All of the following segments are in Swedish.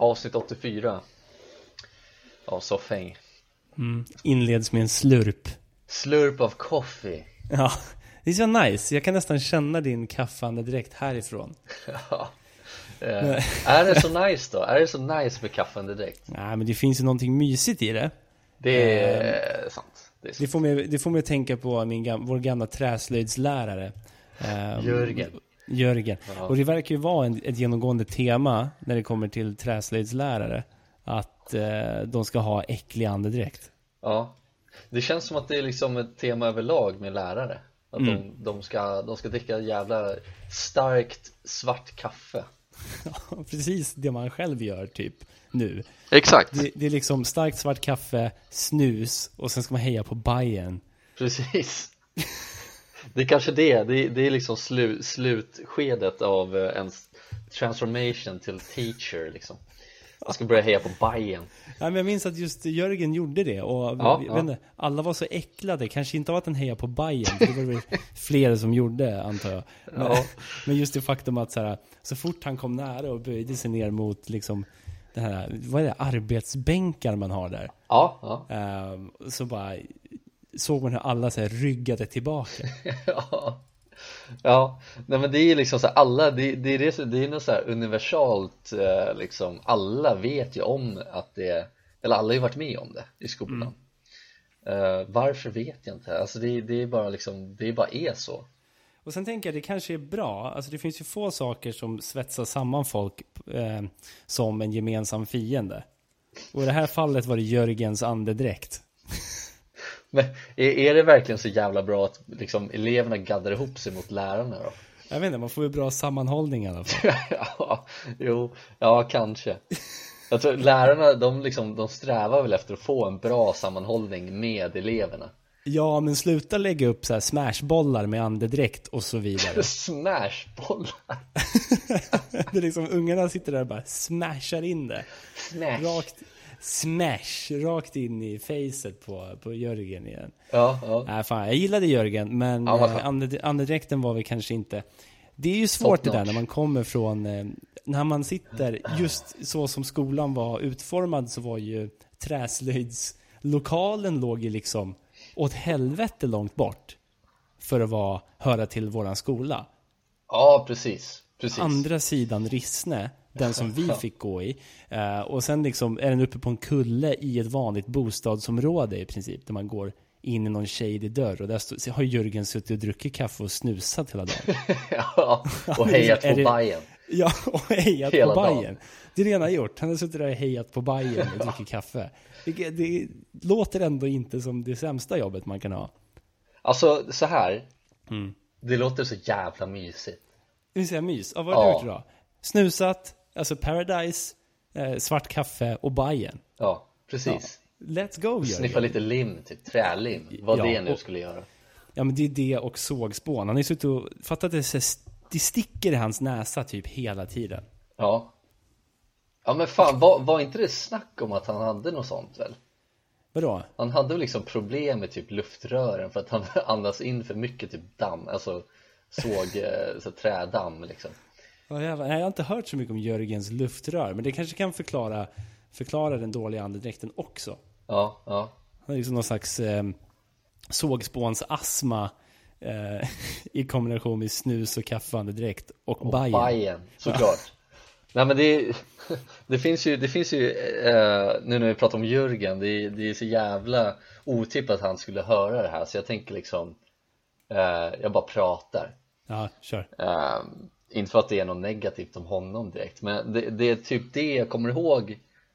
avsnitt 84 av Soffhäng. Inleds med en slurp. Slurp of coffee. Ja, det är så nice. Jag kan nästan känna din kaffande direkt härifrån. Ja. Är det så nice då? Är det så nice med kaffande direkt? Nej, men det finns ju någonting mysigt i det. Det är sant. Det får mig att tänka på vår gamla träslöjdslärare Jörgen. Ja. Och det verkar ju vara ett genomgående tema när det kommer till träslöjdslärare, att de ska ha äcklig andedräkt. Ja, det känns som att det är liksom ett tema överlag med lärare. Att de ska dricka jävla starkt svart kaffe. Ja, precis det man själv gör typ nu. Exakt. Det är liksom starkt svart kaffe, snus, och sen ska man heja på Bayern. Precis. Det är kanske det är liksom slutskedet av en transformation till teacher liksom. Jag ska börja heja på Bayern. Ja, men jag minns att just Jörgen gjorde det. Och vet inte, alla var så äcklade. Kanske inte av att han hejar på Bayern. Det var väl flera som gjorde, antar jag. Men just det faktum att så fort han kom nära och böjde sig ner mot liksom det här, vad är det, arbetsbänkar man har där. Så bara såg man hur alla så här ryggade tillbaka. Ja, nej, men det är liksom så här, alla det är något så här universalt liksom, alla vet ju om att det, eller alla har ju varit med om det i skolan. Varför vet jag inte. Alltså det är bara liksom, det bara är så. Och sen tänker jag det kanske är bra. Alltså det finns ju få saker som svetsar samman folk som en gemensam fiende. Och i det här fallet var det Jörgens andedräkt. Men är det verkligen så jävla bra att liksom eleverna gaddar ihop sig mot lärarna då? Jag vet inte, man får ju bra sammanhållning i alla fall. Ja, kanske. Jag tror lärarna, de strävar väl efter att få en bra sammanhållning med eleverna. Ja, men sluta lägga upp så här smashbollar med andedräkt och så vidare. Smashbollar? Det är liksom, ungarna sitter där och bara smashar in det. Rakt in i facet på Jörgen igen. Ja. Fan, jag gillade Jörgen, men andedräkten var väl kanske inte. Det är ju svårt det där när man kommer från när man sitter, just så som skolan var utformad, så var ju träslöjdslokalen låg ju liksom åt helvete långt bort för att höra till våran skola. Ja, precis. Andra sidan Rissne, den som vi fick gå i, och sen liksom är den uppe på en kulle i ett vanligt bostadsområde i princip, där man går in i någon shady dörr, och där har Jörgen suttit och druckit kaffe och snusat hela dagen. Ja, och hejat på Bayern. Ja, och hejat på Bayern. Det är det han har gjort. Han har suttit där och hejat på Bayern och druckit kaffe. Det låter ändå inte som det sämsta jobbet man kan ha. Alltså, så här. Det låter så jävla mysigt. Vill säga mys? Vad har du gjort idag? Snusat, alltså Paradise, svart kaffe och Bayern. Ja, precis. Let's go, Jörgen. Sniffa lite lim, typ trälim. Vad det nu skulle göra. Ja, men det är det och sågspån. Han har ju suttit och fattat det sticker i hans näsa typ hela tiden. Ja. Ja, men fan, var inte det snack om att han hade något sånt väl? Vadå? Han hade väl liksom problem med typ luftrören för att han andas in för mycket typ damm, alltså så trädamm liksom. Ja, jag har inte hört så mycket om Jörgens luftrör, men det kanske kan förklara den dåliga andedräkten också. Ja. Det är liksom någon slags sågspåns astma i kombination med snus och kaffeandedräkt och Bayern, såklart. Nej, men det finns ju nu när vi pratar om Jörgen, det är så jävla otippat att han skulle höra det här, så jag tänker liksom jag bara pratar. Ja, kör. Inte för att det är något negativt om honom direkt, men det är typ det jag kommer ihåg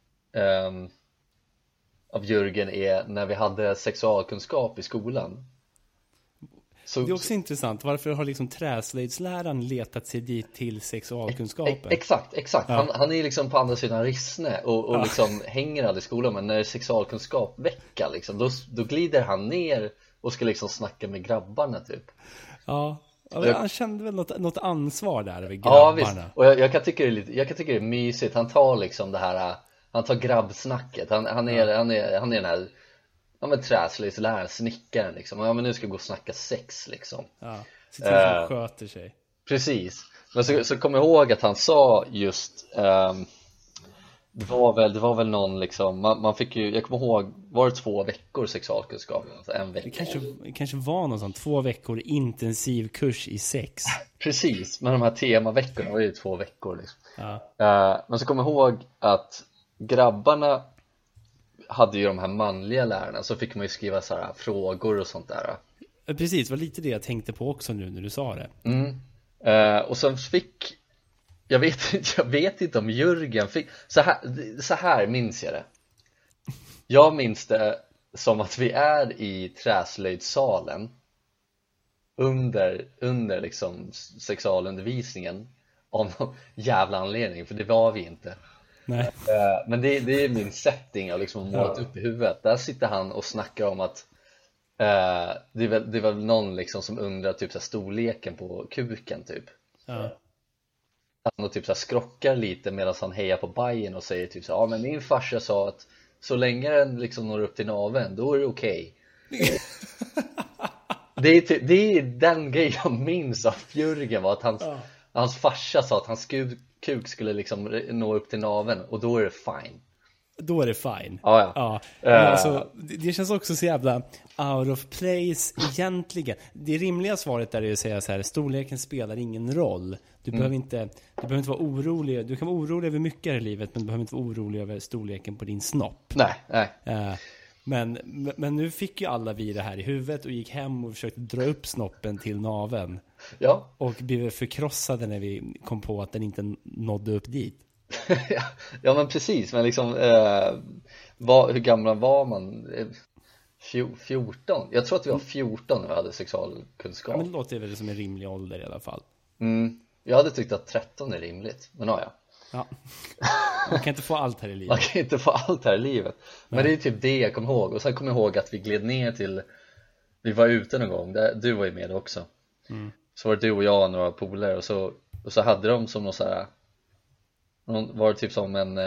av Jörgen är när vi hade sexualkunskap i skolan. Det är också intressant. Varför har liksom träslöjdsläraren letat sig dit till sexualkunskapen? Exakt. Ja. Han är liksom på andra sidan Rissne och liksom hänger aldrig i skolan. Men när det är sexualkunskapvecka liksom, då glider han ner och ska liksom snacka med grabbarna typ. Ja, han kände väl något ansvar där över grabbarna. Ja, visst. Och jag kan tycka det är mysigt. Han tar liksom det här, han tar grabbsnacket. Han är den här, ja, men träslöjdsläraren, snickaren liksom. Ja, men nu ska vi gå och snacka sex liksom. Ja, så till att sköter sig. Precis. Men så kom jag ihåg att han sa just Det var väl någon liksom, man fick ju, jag kommer ihåg, var det 2 veckor sexualkunskap, alltså en vecka. Det kanske var någon sån 2 veckor intensiv kurs i sex. Precis, men de här temaveckorna var ju 2 veckor liksom. Men så kommer jag ihåg att grabbarna hade ju de här manliga lärarna, så fick man ju skriva så här frågor och sånt där. Precis, det var lite det jag tänkte på också nu när du sa det. Och sen fick jag vet inte om Jörgen fick så här minns jag det. Jag minns det som att vi är i träslöjdsalen under liksom sexualundervisningen av någon jävla anledning, för det var vi inte. Nej. Men det är min setting jag liksom målat upp i huvudet. Där sitter han och snackar om att det är väl någon liksom som undrar typ så här, storleken på kuken typ. Han och typ så här skrockar lite medan han hejar på Bayern och säger typ så här, ja men min farsa sa att så länge den liksom når upp till naveln, då är det okej. Det är den grejen jag minns av Jörgen, var att hans farsa sa att hans kuk skulle liksom nå upp till naveln, och då är det fine. Då är det fine. Ja. Alltså, det känns också så jävla out of place egentligen. Det rimliga svaret är att säga så här: storleken spelar ingen roll. Du behöver inte vara orolig. Du kan vara orolig över mycket här i livet, men du behöver inte vara orolig över storleken på din snopp. Nej. Men nu fick ju alla vi det här i huvudet och gick hem och försökte dra upp snoppen till naveln. Ja. Och blev förkrossade när vi kom på att den inte nådde upp dit. Ja men precis, men liksom hur gamla var man? 14? Jag tror att vi var 14 när vi hade sexualkunskap. Ja, men det låter väl som en rimlig ålder i alla fall. Jag hade tyckt att 13 är rimligt, men ja. Man kan inte få allt här i livet. Man kan inte få allt här i livet. Men det är typ det jag kommer ihåg. Och sen kommer jag ihåg att vi gled ner till, vi var ute någon gång, du var ju med också. Så var det du och jag och några polare, och så hade de som någon så här, var det typ som en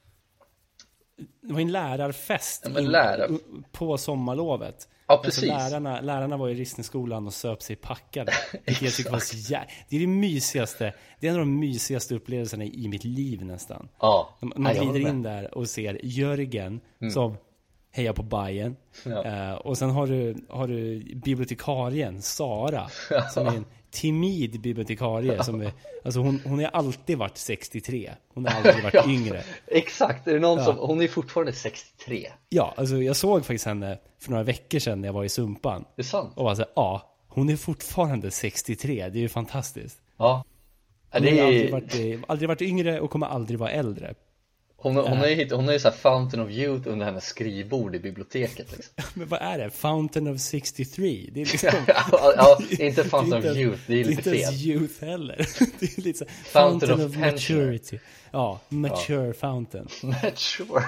det var en lärarfest på sommarlovet. Ja, precis. Alltså lärarna var i Rissneskolan och söp sig packade. Det jag tycker var så det är det mysigaste. Det är en av de mysigaste upplevelserna i mitt liv nästan. Ja. Man glider in där och ser Jörgen som hejar på Bayern. Och sen har du bibliotekarien Sara som är en timid bibliotekarie som är, alltså hon har alltid varit 63. Hon har aldrig varit yngre. Exakt, är det någon som, hon är fortfarande 63. Ja, alltså jag såg faktiskt henne för några veckor sedan när jag var i Sumpan. Det är sant. Och alltså, hon är fortfarande 63. Det är ju fantastiskt. Ja. Hon har aldrig varit yngre och kommer aldrig vara äldre. Hon är ju så här Fountain of Youth under hennes skrivbord i biblioteket liksom. Men vad är det? Fountain of 63? Det är liksom ja, inte Fountain of Youth, det är lite fel. Det är inte Youth heller. Det är lite så Fountain of Maturity. Ja, Mature Fountain. Mature.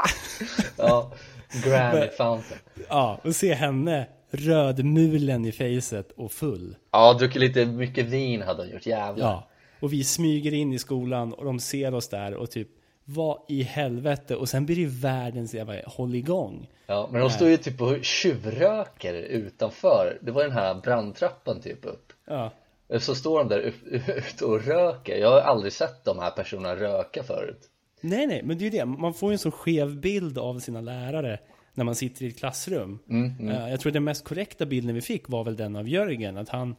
Ja, Granny Fountain. Ja, och se henne rödmulen i facet och full. Ja, druckit lite mycket vin hade hon gjort, jävlar. Ja, och vi smyger in i skolan och de ser oss där och typ, vad i helvete? Och sen blir det världens jävla håll igång. Ja, men de står ju typ och tjuvröker utanför. Det var den här brandtrappan typ upp. Ja. Så står de där ute och röker. Jag har aldrig sett de här personerna röka förut. Nej, men det är ju det. Man får ju en så skev bild av sina lärare när man sitter i ett klassrum. Jag tror den mest korrekta bilden vi fick var väl den av Jörgen. Att han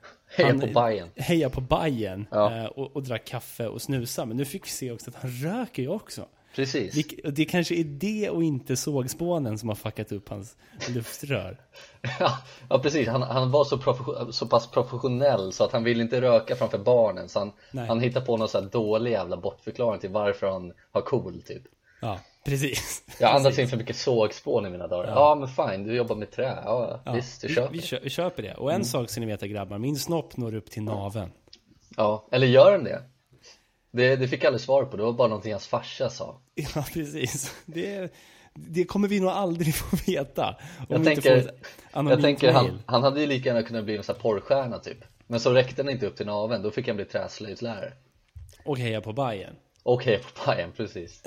hejar på Bayern och drack kaffe och snusa. Men nu fick vi se också att han röker ju också. Precis. Det kanske är det och inte sågspånen som har fuckat upp hans luftrör. Ja, precis. Han var så pass professionell så att han vill inte röka framför barnen. Så han hittar på någon så här dålig jävla bortförklaring till varför han har cool typ. Ja, precis. Jag andas in för mycket sågspån i mina dagar. Ja, men fine, du jobbar med trä. Ja. Visst, du köper. Vi köper det. Och en sak som ni vet, grabbar, min snopp når upp till naveln. Ja, eller gör den det? Det fick jag aldrig svar på. Det var bara någonting hans farsa sa. Ja, precis. Det kommer vi nog aldrig få veta. Jag tänker han hade ju lika gärna kunnat bli en sån här porrstjärna typ. Men så räckte den inte upp till naveln. Då fick han bli träslöjdslärare. Och heja på Bayern. Precis.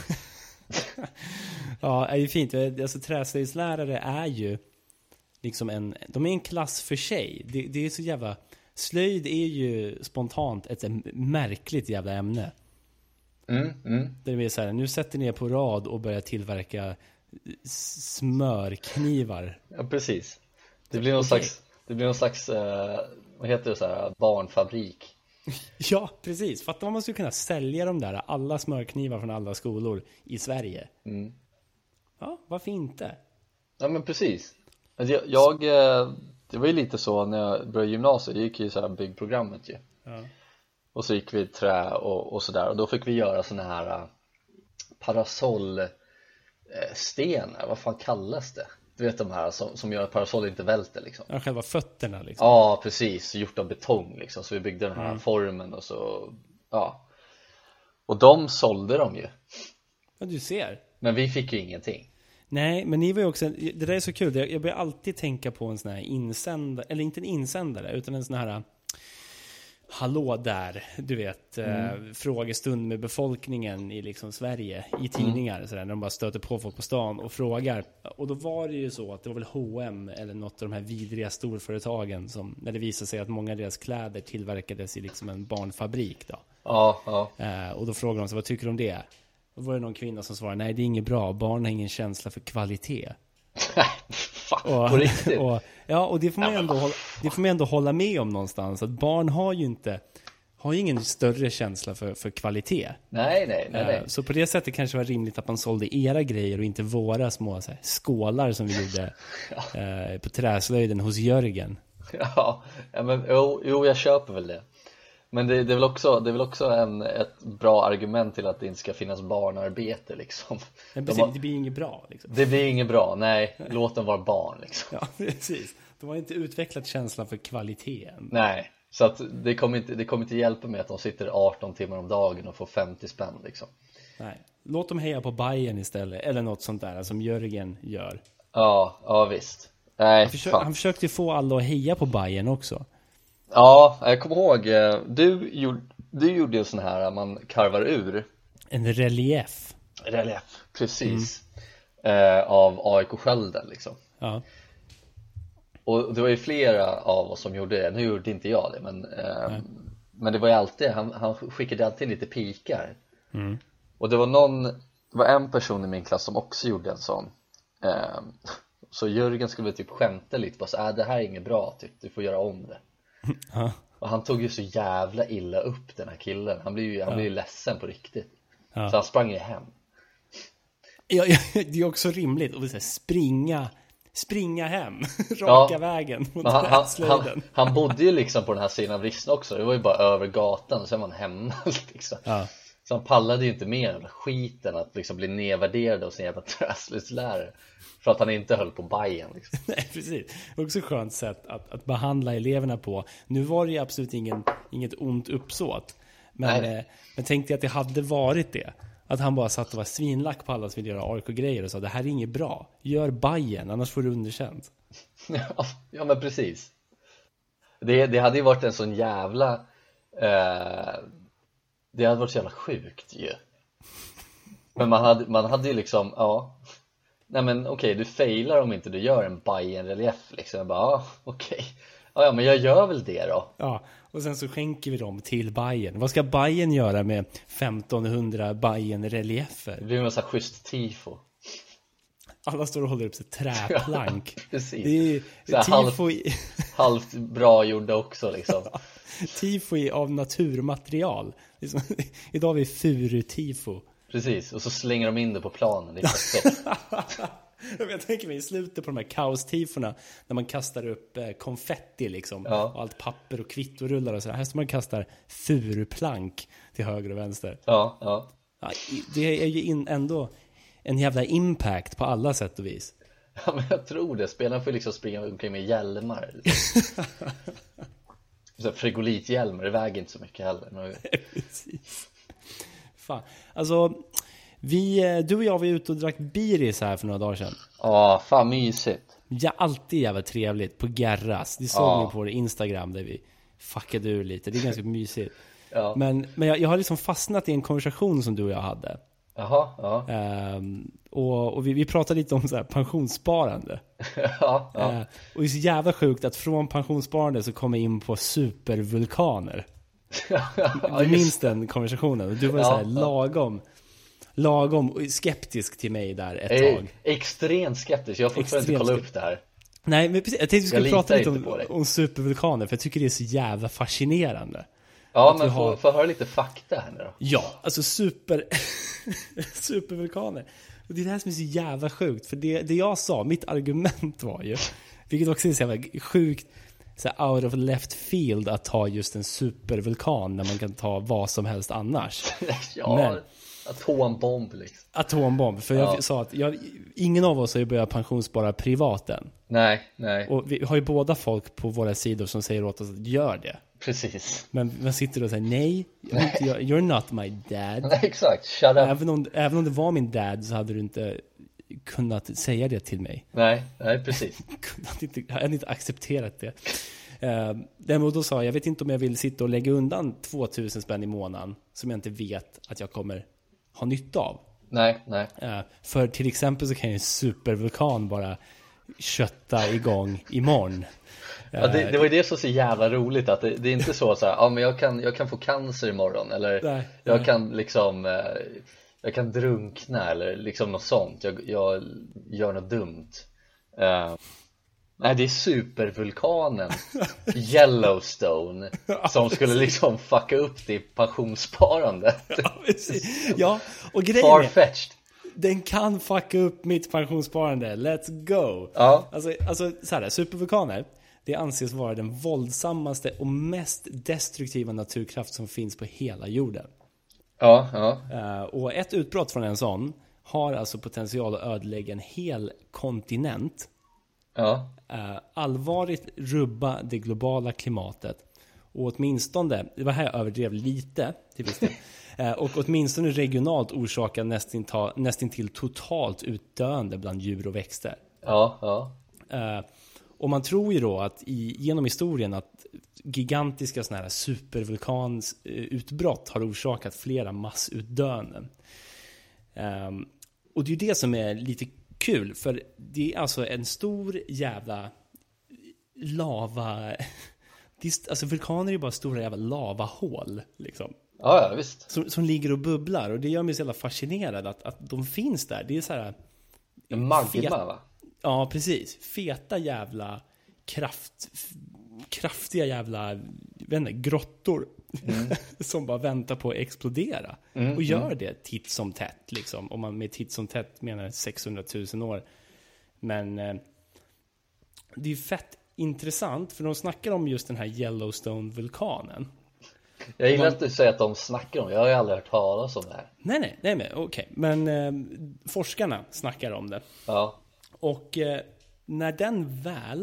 Ja, det är ju fint. Alltså träslöjdslärare är ju liksom de är en klass för sig. Det är så jävla, slöjd är ju spontant ett märkligt jävla ämne. Där vi är så här, nu sätter ni er på rad och börjar tillverka smörknivar. Ja, precis. Det blir någon slags vad heter det, så här, barnfabrik. Ja, precis. Fattar man skulle kunna sälja de där, alla smörknivar från alla skolor i Sverige. Ja, varför inte? Ja, men precis. Det var ju lite så när jag började gymnasiet. Jag gick ju så här byggprogrammet ju. Ja. Och så gick vi trä och sådär. Och då fick vi göra såna här parasollstenar. Vad fan kallas det? Du vet de här som gör att parasoll inte välter liksom. Ja, själva fötterna liksom. Ja, precis. Gjort av betong liksom. Så vi byggde den här formen och så, ja. Och de sålde de ju. Ja, du ser. Men vi fick ju ingenting. Nej, men ni var ju också, det där är så kul. Jag börjar alltid tänka på en sån här insändare, eller inte en insändare, utan en sån här hallå där, du vet, frågestund med befolkningen i liksom Sverige, i tidningar sådär, när de bara stöter på folk på stan och frågar. Och då var det ju så att det var väl H&M eller något av de här vidriga storföretagen som, när det visade sig att många av deras kläder tillverkades i liksom en barnfabrik då. Ja. Och då frågade de sig, vad tycker du om det? Då var det någon kvinna som svarade, nej det är inget bra, barn har ingen känsla för kvalitet. Fan, på riktigt. Och det får man ändå hålla med om någonstans, att barn har ju ingen större känsla för kvalitet. Nej. Så på det sättet kanske det var rimligt att man sålde era grejer och inte våra små så här, skålar som vi gjorde på träslöjden hos Jörgen. Ja, men jo, jag köper väl det. Men det är väl också ett bra argument till att det inte ska finnas barnarbete liksom. Men precis, det blir inget bra liksom. Det blir inget bra, nej. Låt dem vara barn liksom. Ja, precis. De har inte utvecklat känslan för kvaliteten. Nej, så att det kommer inte hjälpa med att de sitter 18 timmar om dagen och får 50 spänn liksom. Nej, låt dem heja på Bayern istället. Eller något sånt där som Jörgen gör. Ja visst. Nej, han försökte ju få alla att heja på Bayern också. Ja, jag kommer ihåg, du gjorde en sån här man karvar ur. En relief, precis. Av AIK-skölden liksom. Ja. Och det var ju flera av oss som gjorde det. Nu gjorde inte jag det, men det var ju alltid, han skickade alltid lite pikar. Och det var en person i min klass som också gjorde en sån. Så Jörgen skulle typ skämta lite på så det här är inget bra typ, du får göra om det. Och han tog ju så jävla illa upp den här killen. Han blev ju ledsen på riktigt. Så han sprang ju hem. Ja, det är också rimligt att springa hem raka vägen mot han bodde ju liksom på den här sidan av Rissne också. Det var ju bara över gatan och sen var han hemma liksom. Så han pallade ju inte med den skiten att liksom bli nedvärderad av sin jävla träslöjdslärare för att han inte höll på Bayern liksom. Nej, precis. Också skönt sätt att behandla eleverna på. Nu var det ju absolut inget ont uppsåt. Men tänkte jag att det hade varit det. Att han bara satt och var svinlack på alla som ville göra AIK-grejer och sa, det här är inget bra. Gör Bayern, annars får du underkänt. Ja, men precis. Det hade ju varit en sån jävla... det hade varit så jävla sjukt ju. Men man hade ju liksom... Nej men okej, du failar om inte du gör en Bayern-relief liksom. Jag bara, okej. Ja, men jag gör väl det då. Ja, och sen så skänker vi dem till Bayern. Vad ska Bayern göra med 1500 Bayern-reliefer? Det blir en sån här schysst tifo. Alla står och håller upp sig träplank. Precis. Det är tifo halvt bra gjorda också liksom. Tifo av naturmaterial. Liksom, idag har vi furu-tifo. Precis, och så slänger de in det på planen. Det är perfekt. Jag tänker mig i slutet på de här kaostiforna när man kastar upp konfetti liksom, och allt papper och kvittorullar och så här står man kastar furuplank till höger och vänster. Ja, det är ju ändå en jävla impact på alla sätt och vis. Ja, men jag tror det. Spelarna får liksom springa omkring med hjälmar. Så frigolithjälmar, det väger inte så mycket heller. Precis. Fan. Alltså, du och jag var ute och drack biris här för några dagar sedan. Ja, fan mysigt. Ja, alltid jävla trevligt på Gerras. Det såg ni på det Instagram där vi fuckade ur lite. Det är ganska mysigt. Ja. Men jag har liksom fastnat i en konversation som du och jag hade. Jaha, ja. Och vi pratade lite om så här pensionssparande. Och det är så jävla sjukt att från pensionssparande så kommer jag in på supervulkaner. Du minns den konversationen. Du var så här lagom skeptisk till mig där ett tag. Extremt skeptisk. Jag får fortfarande inte kolla upp det här. Nej, men precis. Jag tänkte vi skulle prata lite om supervulkaner, för jag tycker det är så jävla fascinerande. Ja, men får höra lite fakta här nu då. Ja, alltså supervulkaner. Och det är det här som är så jävla sjukt. För det jag sa, mitt argument var ju, vilket också är så jävla sjukt, så out of left field att ta just en supervulkan när man kan ta vad som helst annars. Men atombomb liksom. Atombomb, för jag sa att ingen av oss har ju börjat pensionsspara privaten. Nej. Och vi har ju båda folk på våra sidor som säger åt oss att gör det. Precis. Men man sitter och säger nej, you're not my dad. Nej, exakt, shut up. Även om det var min dad så hade du inte kunnat säga det till mig. Nej, precis. Jag hade inte accepterat det. Däremot då sa jag vet inte om jag vill sitta och lägga undan 2000 spänn i månaden som jag inte vet att jag kommer ha nytta av. Nej. För till exempel så kan ju en supervulkan bara kötta igång imorgon. Ja, det var ju det som är så jävla roligt, att det är inte så här, men jag kan få cancer imorgon, eller jag kan liksom jag kan drunkna eller liksom något sånt, jag gör något dumt. Nej, det är supervulkanen Yellowstone som skulle liksom fucka upp det pensionssparande. Ja, och grejen Farfetched. Den kan fucka upp mitt pensionssparande. Let's go. Ja. Alltså så här, supervulkaner, det anses vara den våldsammaste och mest destruktiva naturkraft som finns på hela jorden. Och ett utbrott från en sån har alltså potential att ödelägga en hel kontinent. Allvarligt rubba det globala klimatet. Och åtminstone, det var här jag överdrev lite till viss del. Och åtminstone regionalt orsaka nästintill totalt utdöende bland djur och växter. Och man tror ju då att genom historien att gigantiska såna här supervulkansutbrott har orsakat flera massutdöenden. Och det är ju det som är lite kul, för det är alltså en stor jävla lava. Alltså vulkaner är ju bara stora jävla lavahål liksom. Ja, visst. Som ligger och bubblar, och det gör mig så jävla fascinerad att de finns där. Det är så här magma, va? Ja, precis. Feta jävla kraftiga jävla grottor som bara väntar på att explodera. Och gör det titt som tätt liksom. Om man med titt som tätt menar 600 000 år. Men det är fett intressant, för de snackar om just den här Yellowstone-vulkanen. Jag gillar att du säger att de snackar om. Jag har ju aldrig hört talas om det här. Nej, men okej. Men forskarna snackar om det. Ja. Och när den väl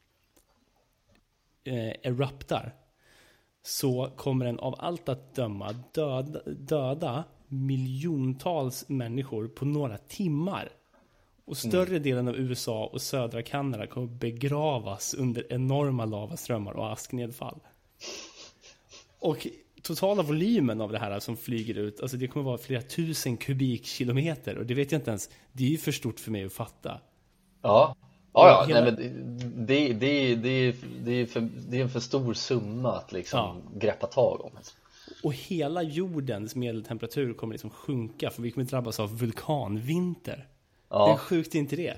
eruptar, så kommer den av allt att döma döda miljontals människor på några timmar. Och större delen av USA och södra Kanada kommer begravas under enorma lavaströmmar och asknedfall. Och totala volymen av det här som flyger ut, alltså det kommer vara flera tusen kubikkilometer, och det vet jag inte ens, det är ju för stort för mig att fatta. Nej, men det är en för stor summa att liksom greppa tag om. Och hela jordens medeltemperatur kommer liksom sjunka, för vi kommer drabbas av vulkanvinter. Det är sjukt, inte det?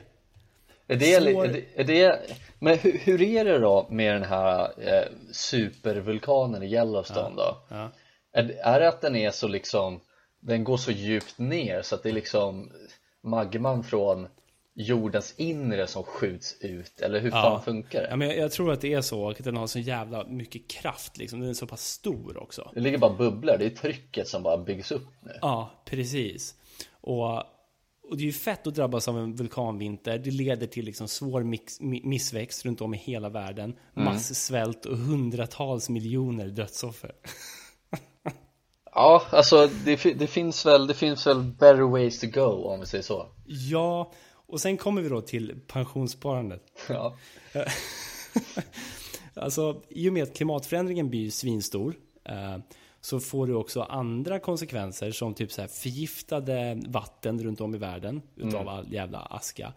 Men hur är det då med den här supervulkanen i Yellowstone då? Är det att den är så liksom, den går så djupt ner så att det är liksom magman från jordens inre som skjuts ut, eller hur fan funkar det? Ja, men jag tror att det är så, att den har så jävla mycket kraft liksom. Den är så pass stor också. Det ligger bara bubblor, det är trycket som bara byggs upp nu. Ja, precis. Och det är ju fett att drabbas av en vulkanvinter. Det leder till liksom svår missväxt runt om i hela världen. Massvält och hundratals miljoner dödsoffer. Ja, alltså det finns väl better ways to go, om vi säger så. Ja, och sen kommer vi då till pensionssparandet. Ja. Alltså, i och med att klimatförändringen blir svinstor, så får du också andra konsekvenser, som typ så här förgiftade vatten runt om i världen utav all jävla aska.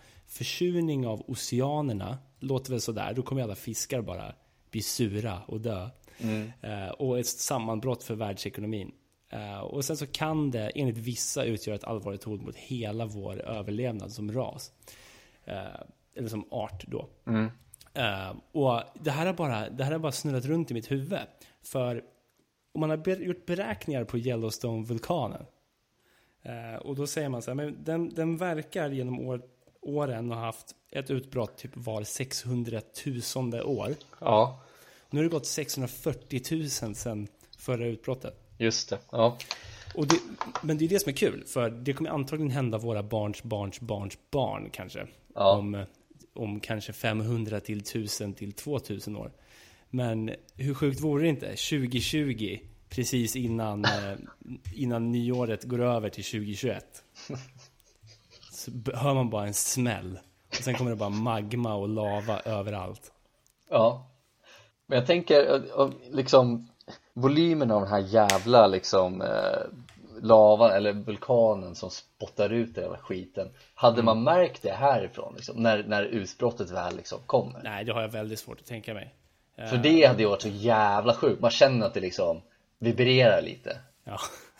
Försurning av oceanerna, låter väl sådär. Då kommer alla fiskar bara bli sura och dö. Och ett sammanbrott för världsekonomin. Och sen så kan det enligt vissa utgöra ett allvarligt hot mot hela vår överlevnad som ras. Eller som art då. Och det här har bara snurrat runt i mitt huvud. För om man har gjort beräkningar på Yellowstone-vulkanen, och då säger man så här, men den verkar genom åren ha haft ett utbrott typ var 600 000 år. Ja. Nu har det gått 640 000 sedan förra utbrottet. Just det, ja. Men det är det som är kul, för det kommer antagligen hända våra barns barn kanske. Ja. Om kanske 500 till 1000 till 2000 år. Men hur sjukt vore det inte? 2020, precis innan nyåret går över till 2021. Så hör man bara en smäll. Och sen kommer det bara magma och lava överallt. Ja. Men jag tänker liksom volymen av den här jävla liksom lavan eller vulkanen som spottar ut den jävla skiten. Hade man märkt det härifrån liksom, när utbrottet väl liksom kommer? Nej, det har jag väldigt svårt att tänka mig. För det hade ju varit så jävla sjukt. Man känner att det liksom vibrerar lite. Ja.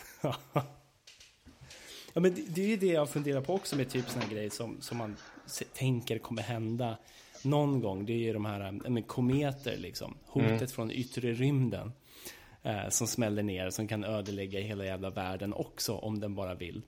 Ja, men det är ju det jag funderar på också med typ såna här grejer som man tänker kommer hända någon gång. Det är ju de här kometer liksom. Hotet från yttre rymden som smäller ner, som kan ödelägga hela jävla världen också om den bara vill.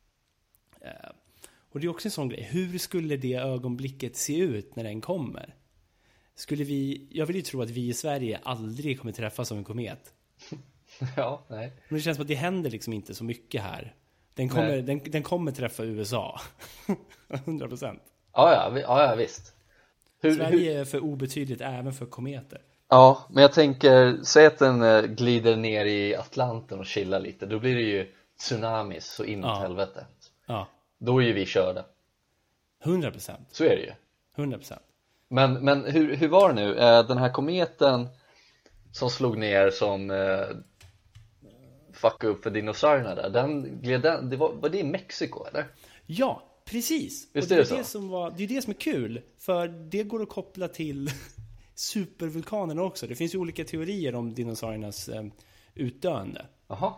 Och det är också en sån grej. Hur skulle det ögonblicket se ut när den kommer? Jag vill ju tro att vi i Sverige aldrig kommer träffas av en komet. Ja, nej. Men det känns som att det händer liksom inte så mycket här. Den kommer träffa USA. 100%. Ja, visst. Sverige är för obetydligt även för kometer. Ja, men jag tänker, säg att den glider ner i Atlanten och chillar lite. Då blir det ju tsunamis så inåt helvete. Ja. Då är ju vi körda. 100%. Så är det ju. 100%. Men hur var det nu? Den här kometen som slog ner som fuckade upp för dinosaurierna där, var det i Mexiko eller? Ja, precis. Visst och är det är det som är kul. För det går att koppla till supervulkanerna också. Det finns ju olika teorier om dinosauriernas utdöende. Aha.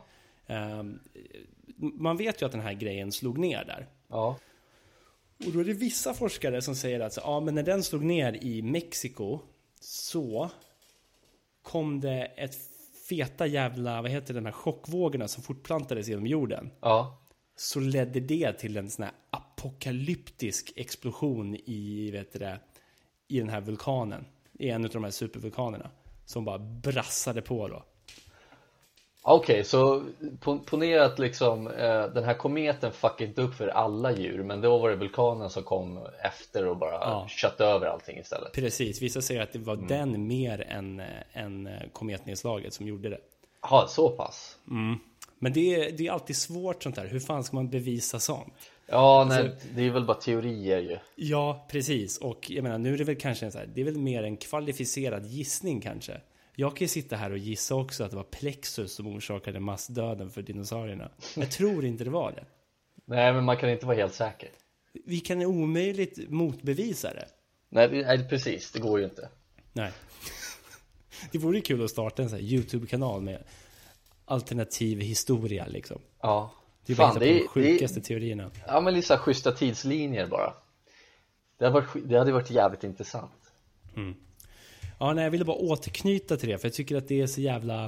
Man vet ju att den här grejen slog ner där. Ja. Och då är det vissa forskare som säger att men när den slog ner i Mexiko så kom det ett feta jävla, vad heter det, de här chockvågorna som fortplantades genom jorden. Ja. Så ledde det till en sån här apokalyptisk explosion i den här vulkanen. I en av de här supervulkanerna som bara brassade på då. Okej, så ponera att liksom den här kometen fuckade inte upp för alla djur, men då var det vulkanen som kom efter och bara kött över allting istället. Precis, vissa säger att det var den mer än kometnedslaget som gjorde det. Ja, så pass. Men det är alltid svårt sånt här. Hur fan ska man bevisa sånt? Ja, nej, det är väl bara teorier ju. Ja, precis. Och jag menar, nu är det väl kanske det är väl mer en kvalificerad gissning kanske. Jag kan ju sitta här och gissa också att det var plexus som orsakade massdöden för dinosaurierna. Jag tror inte det var det. Nej, men man kan inte vara helt säker. Vi kan omöjligt motbevisa det. Nej, precis. Det går ju inte. Nej. Det vore kul att starta en sån här YouTube-kanal med alternativ historia liksom. Ja. Det är bara de sjukaste teorierna. Ja, men lite så här schyssta tidslinjer bara. Det hade varit jävligt intressant. Ja, nej, jag ville bara återknyta till det. För jag tycker att det är så jävla...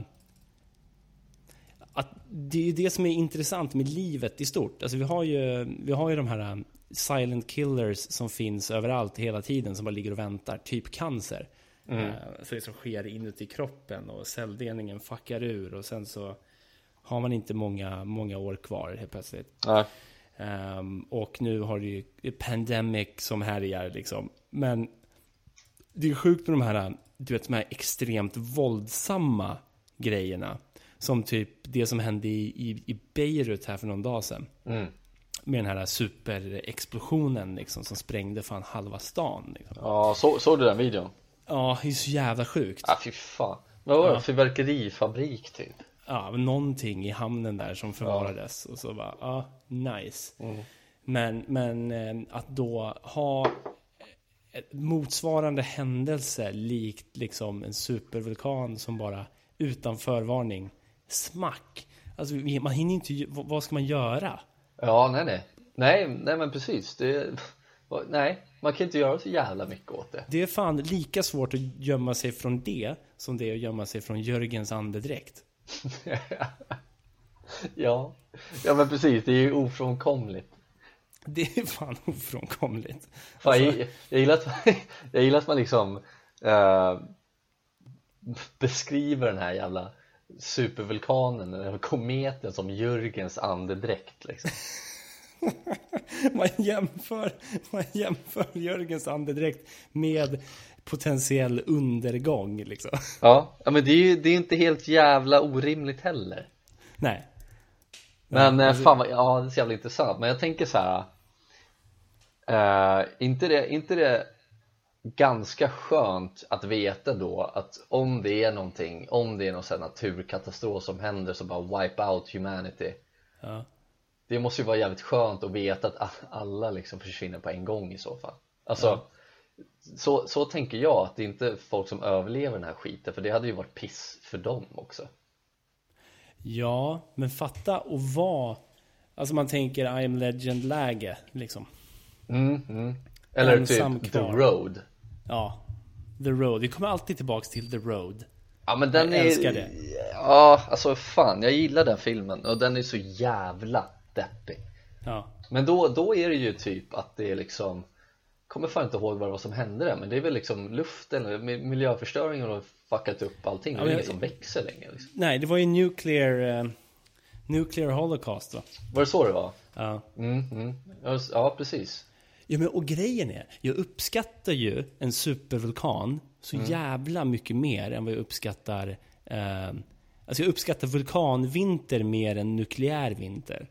Att det är det som är intressant med livet i stort. Alltså vi har ju de här silent killers som finns överallt hela tiden. Som bara ligger och väntar. Typ cancer. Så det som sker inuti kroppen. Och celldelningen fuckar ur. Och sen så har man inte många år kvar helt plötsligt. Nej. Och nu har du ju pandemic som härjar liksom. Men det är sjukt med de här extremt våldsamma grejerna. Som typ det som hände i Beirut här för någon dag sedan. Med den här superexplosionen liksom, som sprängde fan halva stan liksom. Ja, såg du den videon? Ja, det är så jävla sjukt. Ja, fy fan. Vad var det? Fyrverkerifabrik typ? Ja, någonting i hamnen där som förvarades. Och så bara, nice. Men att då ha motsvarande händelse likt liksom en supervulkan som bara utan förvarning smack. Alltså man hinner inte, vad ska man göra? Ja, nej men precis. Nej, man kan inte göra så jävla mycket åt det. Det är fan lika svårt att gömma sig från det som det är att gömma sig från Jörgens andedräkt. Ja, men precis, det är ju ofrånkomligt. Det är fan ofrånkomligt. Fan, alltså... jag gillar att man liksom beskriver den här jävla supervulkanen, den här kometen, som Jörgens andedräkt liksom. man jämför Jörgens andedräkt med potentiell undergång liksom. Ja, men det är inte helt jävla orimligt heller. Nej. Men fan, ja, det är så jävla intressant. Men jag tänker så här, inte det ganska skönt att veta då att om det är någon sån här naturkatastrof som händer som bara wipe out humanity. Ja. Det måste ju vara jävligt skönt att veta att alla liksom försvinner på en gång i så fall. Alltså, så tänker jag, att det är inte folk som överlever den här skiten, för det hade ju varit piss för dem också. Ja, men fatta och alltså man tänker I am legend-läge liksom. Eller typ The Road. Ja, The Road. Vi kommer alltid tillbaks till The Road. Ja, men den jag älskar det. Ja, alltså fan, jag gillar den filmen. Och den är så jävla deppig. Ja. Men då är det ju typ att det är liksom, kommer fan inte ihåg vad som hände där, men det är väl liksom luften eller miljöförstöringen och fuckat upp allting. Det är inget som växer längre liksom. Nej, det var ju nuclear holocaust va? Var det så det var? Ja. Ja, precis. Ja, men och grejen är, jag uppskattar ju en supervulkan så jävla mycket mer än vad jag uppskattar alltså jag uppskattar vulkanvinter mer än nukleär vinter.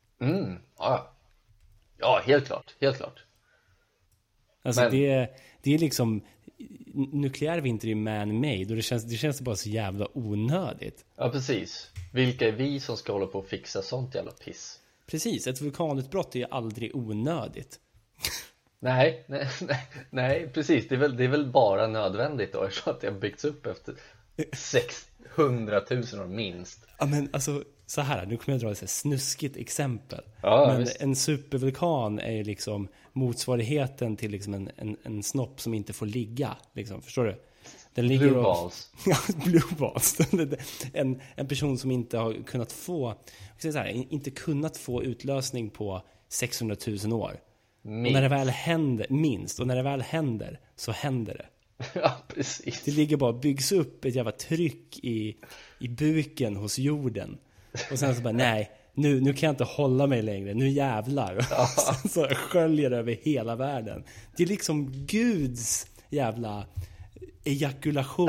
Ja, helt klart. Alltså men... det är liksom, nukleär vinter är man-made och det känns bara så jävla onödigt. Ja, precis. Vilka är vi som ska hålla på och fixa sånt jävla piss? Precis, ett vulkanutbrott är ju aldrig onödigt. Nej, precis. Det är väl bara nödvändigt då, så att det har byggts upp efter 600 000 år minst. Ja, men alltså så här, nu kommer jag dra ett snuskigt exempel. Ja, men visst. En supervulkan är ju liksom motsvarigheten till liksom en snopp som inte får ligga liksom, förstår du? Den ligger Blue balls. Ja, blue balls. En person som inte har kunnat få, så här, inte kunnat få utlösning på 600 000 år. Minst. Och när det väl händer, minst, och när det väl händer så händer det. Ja, precis. Det ligger bara, byggs upp ett jävla tryck i buken hos jorden. Och sen så bara, nej, nu kan jag inte hålla mig längre, nu jävlar. Ja. Så sköljer det över hela världen. Det är liksom Guds jävla ejakulation.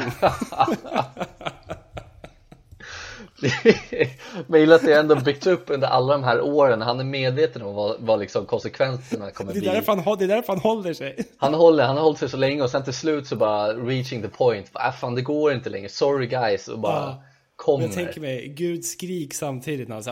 Men jag gillar att det ändå byggt upp under alla de här åren. Han är medveten om vad liksom konsekvenserna kommer bli. Det är därför han håller sig. Han har hållit sig så länge, och sen till slut så bara reaching the point. Fan, det går inte längre, sorry guys. Och bara kommer. Jag tänker mig Gud skrik samtidigt när han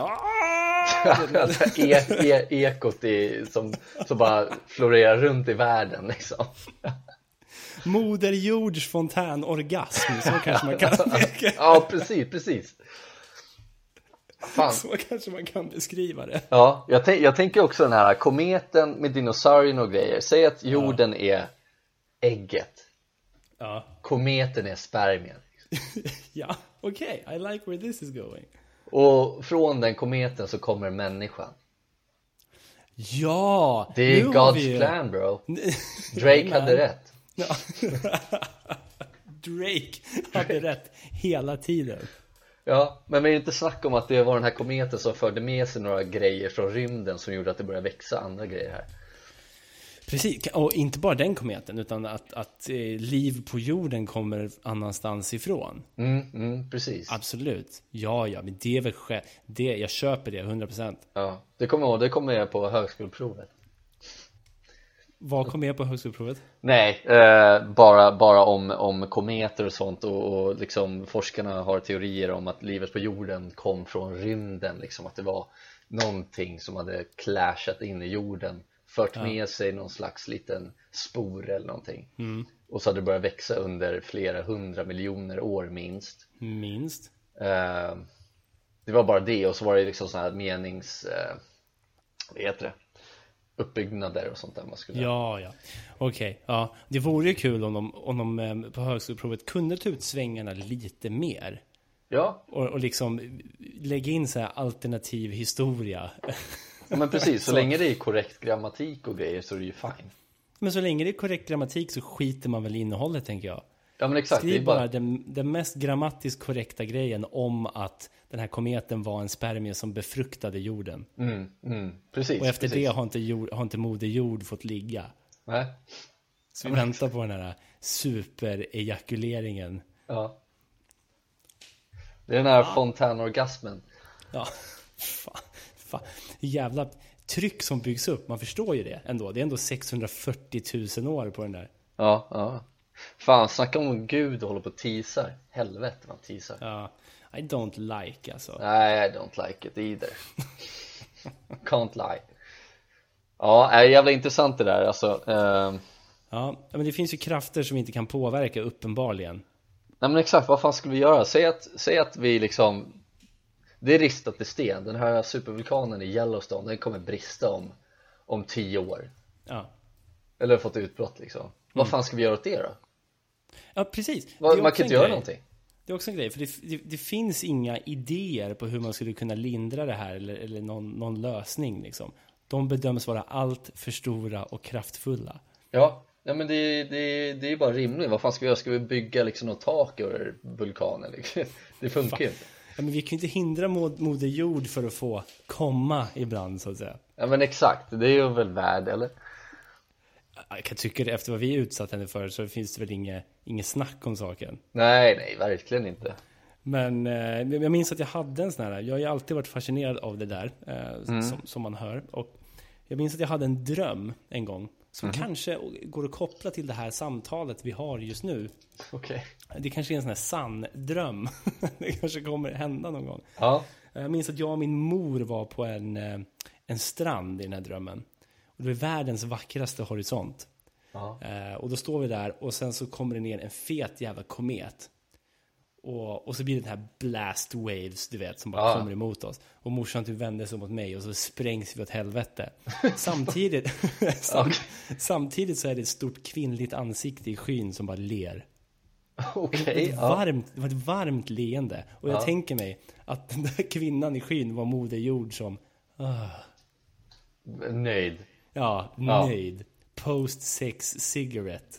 säger ekot som bara florerar runt i världen liksom. Moder Jords fontänorgasm, så kanske man kan. Ja, precis. Fan. Så kanske man kan beskriva det. Ja, jag tänker också den här kometen med dinosaurien och grejer. Säg att jorden är ägget. Ja. Kometen är spermien. Ja, okej. I like where this is going. Och från den kometen så kommer människan. Ja, det är God's plan, bro. Drake hade rätt. Ja. Drake hade rätt hela tiden. Ja, men det är inte snack om att det var den här kometen som förde med sig några grejer från rymden som gjorde att det började växa andra grejer här. Precis, och inte bara den kometen, utan att liv på jorden kommer annanstans ifrån. Precis. Absolut. Ja, men det är väl jag köper det 100%. Ja, det kommer jag på högskoleprovet. Vad kom med på högskoleprovet? Nej, bara om kometer och sånt, och liksom forskarna har teorier om att livet på jorden kom från rymden, liksom att det var någonting som hade clashat in i jorden fört med sig någon slags liten spor eller någonting. Och så hade det börjat växa under flera 100 miljoner år minst. Det var bara det, och så var det liksom sån här vad heter det? Uppbyggnader och sånt där man skulle... Okej. Ja. Det vore ju kul om de på högskoleprovet kunde ta ut svängarna lite mer. Ja. Och liksom lägga in så här alternativ historia. Ja, men precis, så länge det är korrekt grammatik och grejer så är det ju fine. Men så länge det är korrekt grammatik så skiter man väl i innehållet, tänker jag. Ja, men exakt. Skriv bara den mest grammatiskt korrekta grejen om att den här kometen var en spermie som befruktade jorden. Precis. Och efter det har inte Moder Jord fått ligga. Nej. Så vi väntar på den här superejakuleringen. Ja. Det är den här fontänorgasmen. Ja, fan. Jävla tryck som byggs upp. Man förstår ju det ändå. Det är ändå 640 000 år på den där. Ja. Fan, snacka om Gud och håller på och teasar. Helvete man teasar. Ja, I don't like alltså. Nej, I don't like it either. Can't lie. Ja, är jävla intressant det där alltså. Ja, men det finns ju krafter som vi inte kan påverka uppenbarligen. Nej, men exakt, vad fan skulle vi göra? Säg att vi liksom... Det är ristat i sten. Den här supervulkanen i Yellowstone, den kommer brista om 10 år. Ja. Eller fått utbrott liksom. Vad fan ska vi göra åt det då? Ja, precis. Man kan inte göra någonting. Det är också en grej, för det finns inga idéer på hur man skulle kunna lindra det här eller någon lösning liksom. De bedöms vara allt för stora och kraftfulla. Ja, men det är bara rimligt. Vad fan ska vi göra? Ska vi bygga liksom något tak över vulkanen liksom? Det funkar ju inte. Ja, men vi kan ju inte hindra Moder Jord för att få komma ibland, så att säga. Ja, men exakt. Det är ju väl värd, eller? Jag kan tycka det, efter vad vi är utsatt henne för så finns det väl inget snack om saken. Nej, verkligen inte. Men jag minns att jag hade en sån här. Jag har ju alltid varit fascinerad av det där som man hör. Och jag minns att jag hade en dröm en gång som kanske går att koppla till det här samtalet vi har just nu. Okej. Det kanske är en sån här sann dröm. Det kanske kommer hända någon gång. Ja. Jag minns att jag och min mor var på en strand i den här drömmen. Och det var världens vackraste horisont. Ja. Och då står vi där och sen så kommer det ner en fet jävla komet. Och så blir det den här blast waves, du vet, som bara kommer emot oss. Och morsan typ vänder sig mot mig och så sprängs vi åt helvete. Samtidigt så är det ett stort kvinnligt ansikte i skyn som bara ler. Okej. Det var ett varmt leende. Och jag tänker mig att den där kvinnan i skyn var Moder Jord som... Nöjd. Ja, nöjd. Post-sex cigarette.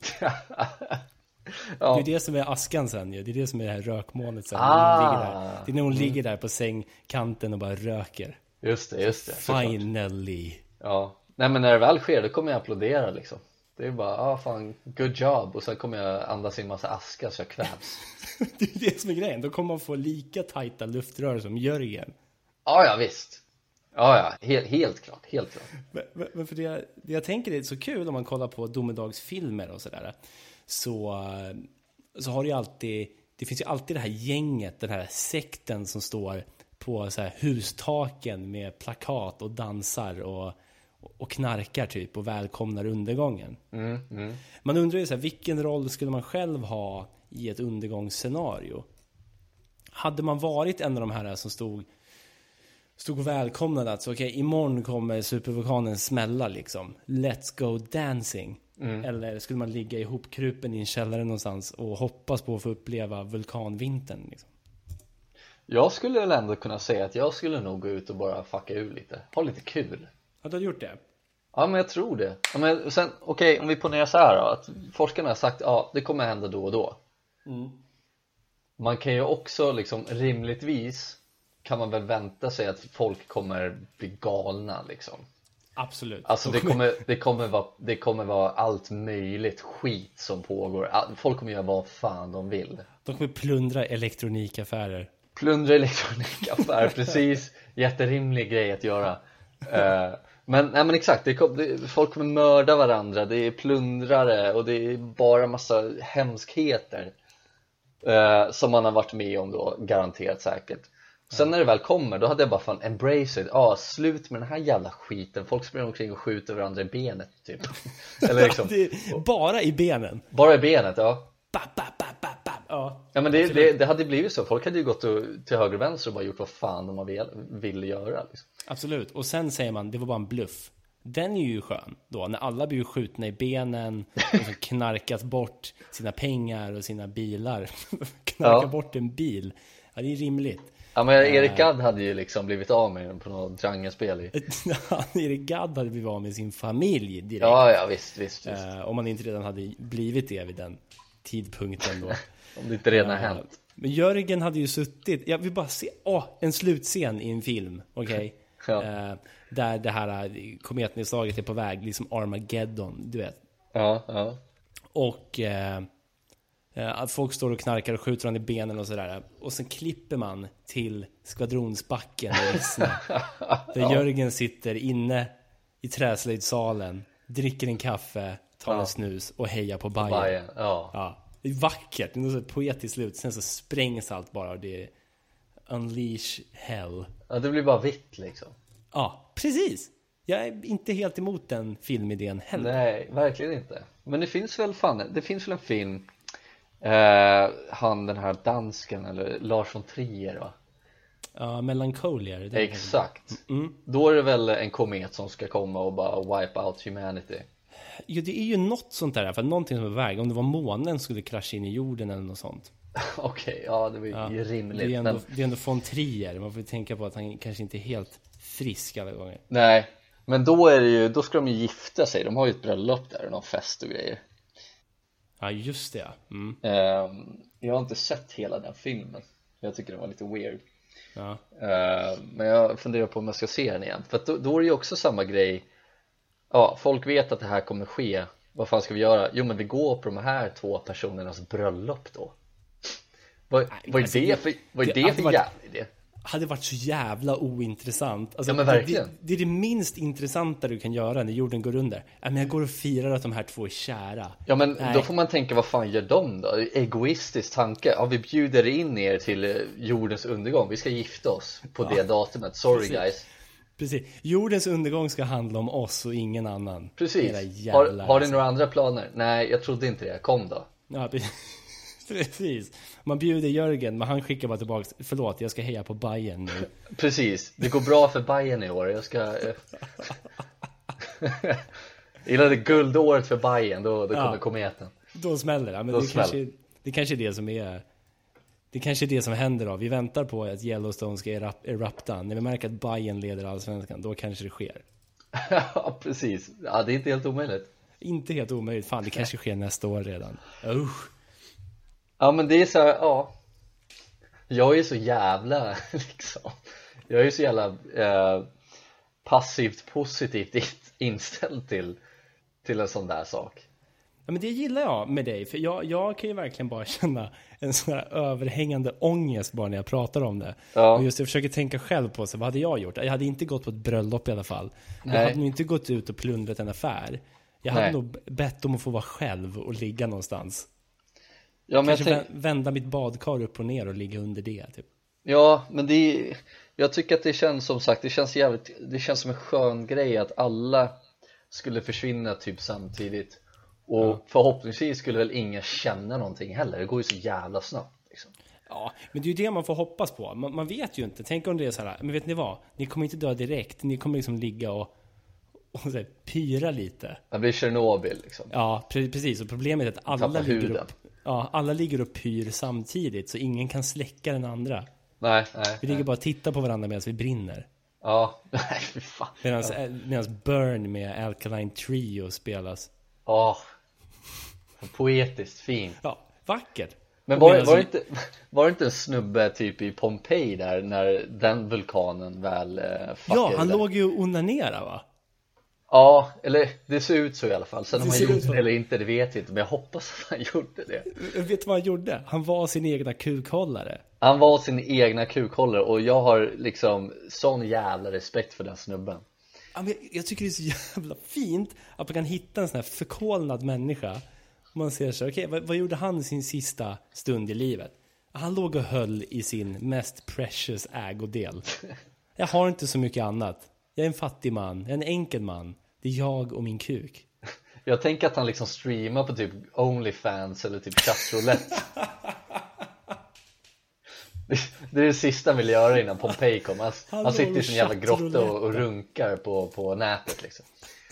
Ja. Det är det som är askan sen ju. Det är det som är det här rökmolnet sen. Det är när hon ligger där på sängkanten och bara röker. Just det. Finally. Ja. Nej, men när det väl sker då kommer jag applådera liksom. Det är bara, fan, good job. Och sen kommer jag andas in massa aska så jag kvävs. Det är det som är grejen. Då kommer man få lika tajta luftrör som Jörgen. Ja, visst. Ja, helt klart. Men för det jag tänker är så kul om man kollar på domedagsfilmer och sådär. Så har det ju alltid, det finns ju alltid det här gänget, den här sekten som står på så här hustaken med plakat och dansar och knarkar typ och välkomnar undergången. Man undrar ju så här, vilken roll skulle man själv ha i ett undergångsscenario? Hade man varit en av de här som stod och välkomnade att okej, imorgon kommer supervulkanen smälla liksom. Let's go dancing. Eller skulle man ligga ihopkrupen i en källare någonstans och hoppas på att få uppleva vulkanvintern liksom? Jag skulle väl ändå kunna säga att jag skulle nog gå ut och bara fucka ur lite. Ha lite kul. Har du gjort det? Ja, men jag tror det. Ja, men sen, okej, om vi ponerar så här då, att forskarna har sagt det kommer hända då och då. Man kan ju också liksom rimligtvis kan man väl vänta sig att folk kommer bli galna liksom. Absolut. Alltså det kommer vara allt möjligt skit som pågår. Folk kommer göra vad fan de vill. De kommer plundra elektronikaffärer. Precis. Jätterimlig grej att göra. Men exakt, folk kommer mörda varandra. Det är plundrare och det är bara massa hemskheter som man har varit med om då, garanterat säkert. Sen när det väl kommer, då hade jag bara fan embrace it. Slut med den här jävla skiten. Folk springer omkring och skjuter varandra i benet typ. Eller liksom. Bara i benen. Bara i benet, ja. Ja, men det hade blivit så. Folk hade ju gått till höger och vänster och bara gjort vad fan de ville göra liksom. Absolut, och sen säger man, det var bara en bluff. Den är ju skön då, när alla blir skjutna i benen och så knarkat bort sina pengar och sina bilar. Knarkat bort en bil. Ja, det är rimligt. Ja, men Erik Gadd hade ju liksom blivit av med den på något Drangenspel. Erik Gadd hade blivit av med sin familj direkt. Ja, visst. Om man inte redan hade blivit det vid den tidpunkten då. Om det inte redan har hänt. Men Jörgen hade ju suttit, jag vill bara se en slutscen i en film, okej? Ja. Där det här kometnedslaget är på väg, liksom Armageddon, du vet. Ja. Och att folk står och knarkar och skjuter varandra i benen och sådär. Och sen klipper man till skvadronsbacken i Rissne. Där Jörgen sitter inne i träslöjdsalen, dricker en kaffe, tar en snus och hejar på Bayern. Ja. Det är vackert, det är något så poetiskt slut. Sen så sprängs allt bara och det är unleash hell. Ja, det blir bara vitt liksom. Ja, precis. Jag är inte helt emot den filmidén heller. Nej, verkligen inte. Men det finns väl en film, han den här dansken, eller Lars von Trier, va? Ja, Melancholia. Exakt. Då är det väl en komet som ska komma och bara wipe out humanity. Jo, det är ju något sånt där, för någonting som är väg. Om det var månen skulle krascha in i jorden eller något sånt. Okej, ja, det var ju rimligt. Det är ändå von Trier. Man får tänka på att han kanske inte är helt frisk alla gånger. Nej, men då ska de ju gifta sig. De har ju ett bröllop där och någon fest och grejer. Ja, just det. Jag har inte sett hela den filmen. Jag tycker den var lite weird. Ja. Men jag funderar på om jag ska se den igen. För att då är det ju också samma grej. Ja, folk vet att det här kommer ske. Vad fan ska vi göra? Jo, men vi går på de här två personernas bröllop då. Vad är det för jävla idé? Hade varit så jävla ointressant. Alltså, ja, men verkligen. Det är det minst intressanta du kan göra när jorden går under. Men jag går och firar att de här två är kära. Ja, men då får man tänka, vad fan gör de då? Egoistisk tanke. Ja, vi bjuder in er till jordens undergång. Vi ska gifta oss på det datumet. Sorry, precis. Guys. Precis. Jordens undergång ska handla om oss och ingen annan. Precis. Har ni några andra planer? Nej, jag trodde inte det. Kom då. Ja, precis. Man bjuder Jörgen, men han skickar bara tillbaka: förlåt, jag ska heja på Bayern nu. Precis, det går bra för Bayern i år. Jag ska gillade guldåret för Bayern. Då kommer kometen. Då smäller det. Men det kanske är det som är. Det kanske är det som händer då. Vi väntar på att Yellowstone ska erupta. När vi märker att Bayern leder allsvenskan, då kanske det sker. Ja, precis. Ja, det är inte helt omöjligt. Inte helt omöjligt. Fan, det kanske sker nästa år redan. Ja, men det är så här, ja. Jag är så jävla liksom. Jag är så jävla passivt positivt inställd till en sån där sak. Ja, men det gillar jag med dig. För jag kan ju verkligen bara känna en sån här överhängande ångest bara när jag pratar om det. Ja. Och just jag försöker tänka själv på så, vad hade jag gjort? Jag hade inte gått på ett bröllop i alla fall. Jag hade nog inte gått ut och plundrat en affär. Jag hade nog bett om att få vara själv och ligga någonstans. Ja, men kanske vända mitt badkar upp och ner och ligga under det typ. Ja, men jag tycker att det känns, som sagt, det känns som en skön grej att alla skulle försvinna typ samtidigt. Och förhoppningsvis skulle väl ingen känna någonting heller. Det går ju så jävla snabbt liksom. Ja, men det är ju det man får hoppas på. Man vet ju inte. Tänk om det är så här, men vet ni vad? Ni kommer inte dö direkt. Ni kommer liksom ligga och så här, pyra lite. Det blir Tjernobyl liksom. Ja, precis. Och problemet är att alla ligger och pyr samtidigt, så ingen kan släcka den andra. Nej. Vi ligger bara och tittar på varandra medan vi brinner. Ja, nej för fan. Medan Burn med Alkaline Trio spelas. Ja, poetiskt fint. Ja, vackert. Men var det inte en snubbe typ i Pompeji där när den vulkanen väl ja, han låg ju och onanerade, va? Ja, eller det ser ut så i alla fall. Sen om han gjort det eller inte, det vet jag inte. Men jag hoppas att han gjorde det. Vet du vad han gjorde? Han var sin egna kukhållare. Han var sin egna kukhållare. Och jag har liksom sån jävla respekt för den snubben. Ja, men jag tycker det är så jävla fint att man kan hitta en sån här förkolnad människa. Man ser så, okej, vad gjorde han sin sista stund i livet? Han låg och höll i sin mest precious ägodel. Jag har inte så mycket annat. Jag är en fattig man, jag är en enkel man. Det är jag och min kuk. Jag tänker att han liksom streamar på typ OnlyFans eller typ chatroulette. Det är det sista han vill göra innan Pompeji kommer. Han sitter i sin jävla grotta och runkar på nätet liksom.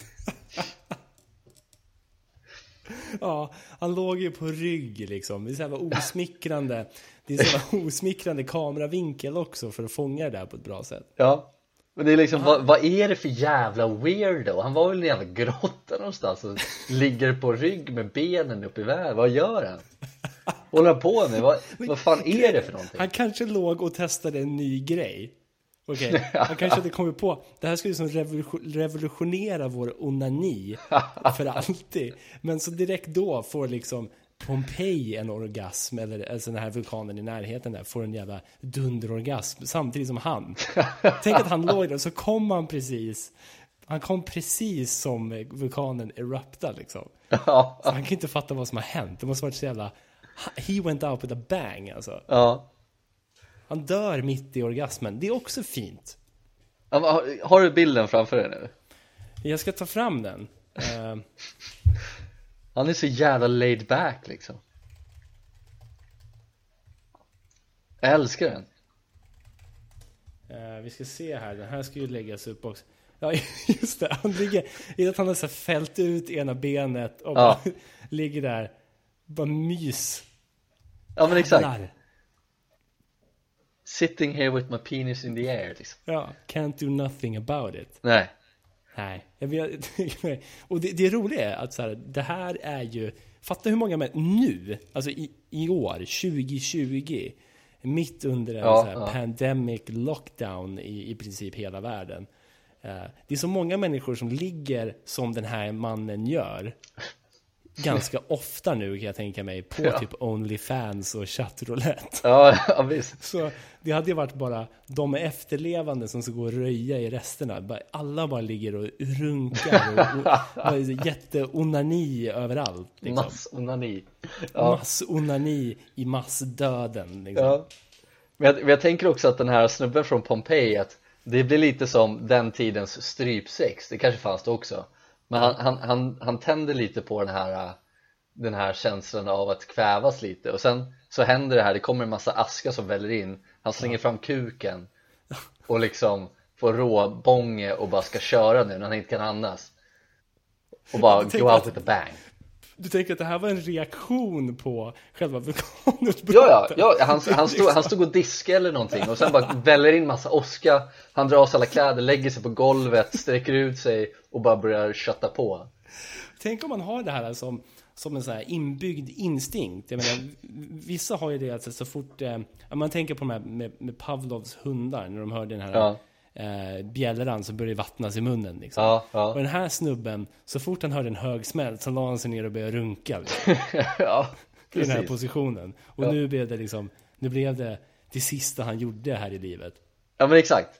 Ja, han låg ju på rygg liksom. Det är så jävla osmickrande. Det är så jävla osmickrande kameravinkel också för att fånga det där på ett bra sätt. Ja, men det är liksom, vad är det för jävla weirdo? Han var väl i en jävla grotta någonstans och ligger på rygg med benen upp i väg. Vad gör han? Håller på med? Vad fan är det för någonting? Han kanske låg och testade en ny grej. Okej, han kanske hade kommit på det här skulle liksom revolutionera vår onani för alltid. Men så direkt då får liksom Pompeji en orgasm, eller alltså den här vulkanen i närheten där får en jävla dunderorgasm samtidigt som han. Tänk att han låg där, så kom han kom precis som vulkanen eruptade liksom. Så han kan inte fatta vad som har hänt. Det måste varit så jävla, he went out with a bang alltså. Ja. Han dör mitt i orgasmen. Det är också fint. Har du bilden framför dig nu? Jag ska ta fram den. Han är så jävla laid back liksom. Jag älskar den. Vi ska se här. Den här ska ju läggas upp också. Ja, just det. Han ligger i att han har så fällt ut ena benet och bara ligger där. Bara mys. Ja, men exakt. Sitting here with my penis in the air liksom. Ja, can't do nothing about it. Nej. Och det roliga är att så här, det här är ju, fatta hur många nu, alltså i år 2020, mitt under en så här pandemic lockdown i princip hela världen. Det är så många människor som ligger som den här mannen gör. Ganska ofta nu kan jag tänka mig på typ OnlyFans och chatroulette. Ja, visst. Så det hade ju varit bara de efterlevande som ska gå och röja i resterna. Alla bara ligger och runkar och jätteonani överallt. Liksom. Massonani. Massonani i massdöden. Liksom. Ja. Men jag tänker också att den här snubben från Pompeji, att det blir lite som den tidens strypsex. Det kanske fanns det också. Men han tänder lite på den här känslan av att kvävas lite. Och sen så händer det här, det kommer en massa aska som väller in. Han slänger fram kuken och liksom får råbånge och bara ska köra nu när han inte kan andas. Och bara go out with a bang. Du tänker att det här var en reaktion på själva vulkanutbrottet? Ja, han stod och diskade eller någonting. Och sen bara väller in massa åska. Han drar av sig alla kläder, lägger sig på golvet, sträcker ut sig och bara börjar kötta på. Tänk om man har det här som en så här inbyggd instinkt. Jag menar, vissa har ju det att så fort man tänker på de här med Pavlovs hundar, när de hör den här bjällran så börjar det vattnas i munnen liksom. Och den här snubben, så fort han hörde en hög smäll så la han sig ner och började runka liksom. I den här positionen. Och nu blev det sista han gjorde här i livet. Ja, men exakt.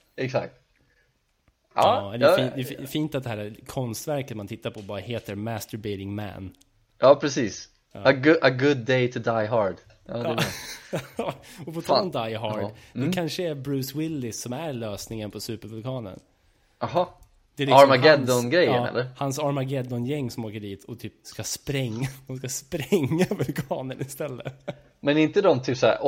Det är fint att det här konstverket man tittar på bara heter Masturbating Man. Ja, precis. A good day to die hard. Och på tal om Die Hard, det kanske är Bruce Willis som är lösningen på supervulkanen. Jaha. Det är liksom Armageddon-grejen, eller? Hans Armageddon-gäng som åker dit och typ ska spränga vulkanen istället. Men inte de typ såhär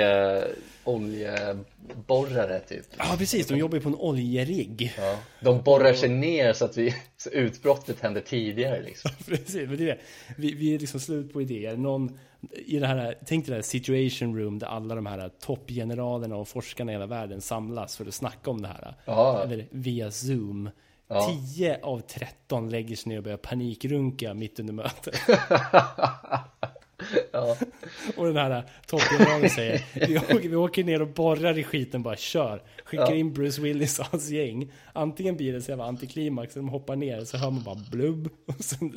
oljeborrare typ? Ja, precis, de jobbar ju på en oljerigg. Ja. De borrar sig ner så att så utbrottet händer tidigare liksom. Precis, men det är vi är liksom slut på idéer. I det här, tänk dig det här situation room där alla de här toppgeneralerna och forskarna i hela världen samlas för att snacka om det här. Eller via Zoom. 10 av 13 lägger sig ner och börjar panikrunka mitt under mötet. Och den här toppgeneralen säger vi åker ner och borrar i skiten, bara kör. Skickar in Bruce Willis och hans gäng. Antingen blir det så jävla antiklimax, de hoppar ner så hör man bara blubb och sen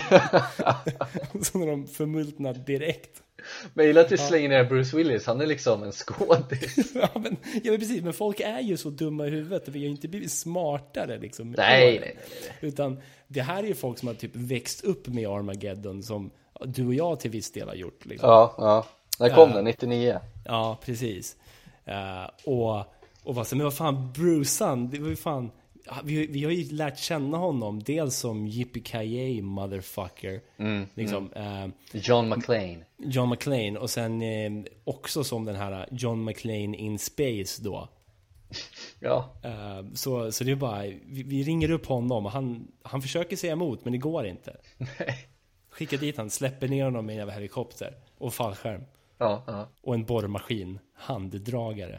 så när de förmultnar direkt. Men jag gillar att du slänger ner Bruce Willis. Han är liksom en skådis. Ja, men precis. Men folk är ju så dumma i huvudet. Vi har ju inte blivit smartare liksom. Nej. Utan det här är ju folk som har typ växt upp med Armageddon, som du och jag till viss del har gjort liksom. Ja. När kom den? 99? Ja, precis. Och vad fan, Brucean, det var ju fan... Vi har ju lärt känna honom dels som Yippee-ki-yay motherfucker, liksom, John McClane och sen också som den här John McClane in space då. Ja. Så det är bara, vi ringer upp honom och han försöker säga emot, men det går inte. Nej. Skicka dit han, släpper ner honom med en jävla helikopter och fallskärm. Ja. Och en borrmaskin, handdragare.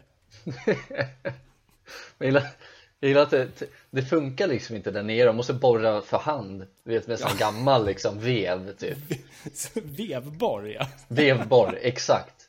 Jag gillar att det funkar liksom inte där nere. De måste borra för hand. Du vet, med sån gammal liksom vev typ. Vevborr, ja. Vevborr, exakt.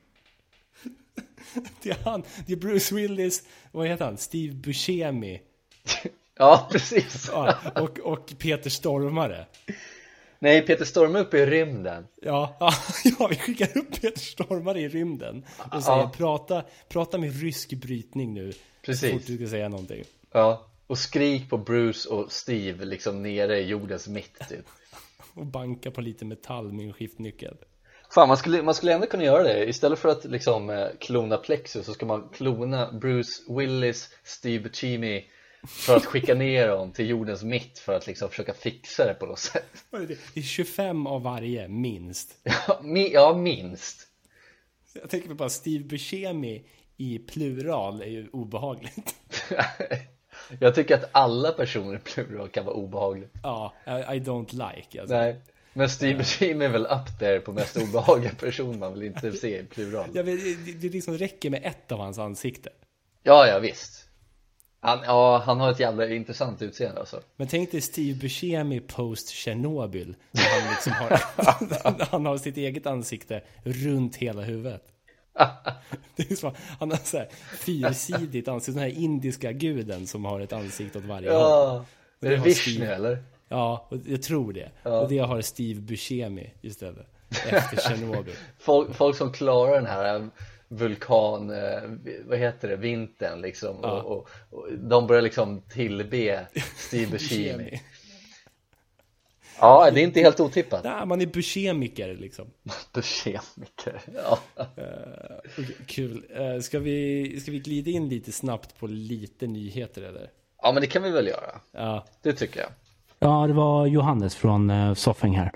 Det är Bruce Willis, vad heter han? Steve Buscemi. Ja, precis. Ja, och Peter Stormare. Nej, Peter Stormare uppe i rymden. Ja, vi skickar upp Peter Stormare i rymden och säger prata med rysk brytning nu. Precis. Så fort du ska säga någonting. Ja, och skrik på Bruce och Steve liksom nere i jordens mitt typ. Och banka på lite metall med en skiftnyckel. Fan, man skulle ändå kunna göra det. Istället för att liksom klona Plexus så ska man klona Bruce Willis, Steve Buscemi för att skicka ner dem till jordens mitt för att liksom försöka fixa det på något sätt. Det är 25 av varje, minst. Ja, minst. Jag tänker på bara Steve Buscemi i plural är ju obehagligt. Jag tycker att alla personer i plural kan vara obehagligt. Ja, I don't like alltså. Nej, men Steve Buscemi är väl up there på mest obehagliga person man vill inte se i plural. Ja, det liksom räcker med ett av hans ansikte. Ja, visst. Han har ett jävla intressant utseende alltså. Men tänk dig Steve Buscemi post Chernobyl. Han liksom han har sitt eget ansikte runt hela huvudet. Det är som, han har så här fyrsidigt ansikte, den här indiska guden som har ett ansikte åt varje håll. Är det Vishnu eller? Ja, jag tror det. Och det har Steve Buscemi istället efter Chernobyl. Folk som klarar den här vulkan, vad heter det, vintern liksom, och de börjar liksom tillbe Steve Buscemi. Ja, det är inte helt otippat. Nej, man är Buscemiker liksom. Buscemiker, ja. Okay, kul. Ska vi glida in lite snabbt på lite nyheter eller? Ja, men det kan vi väl göra. Ja. Det tycker jag. Ja, det var Johannes från Soffing här.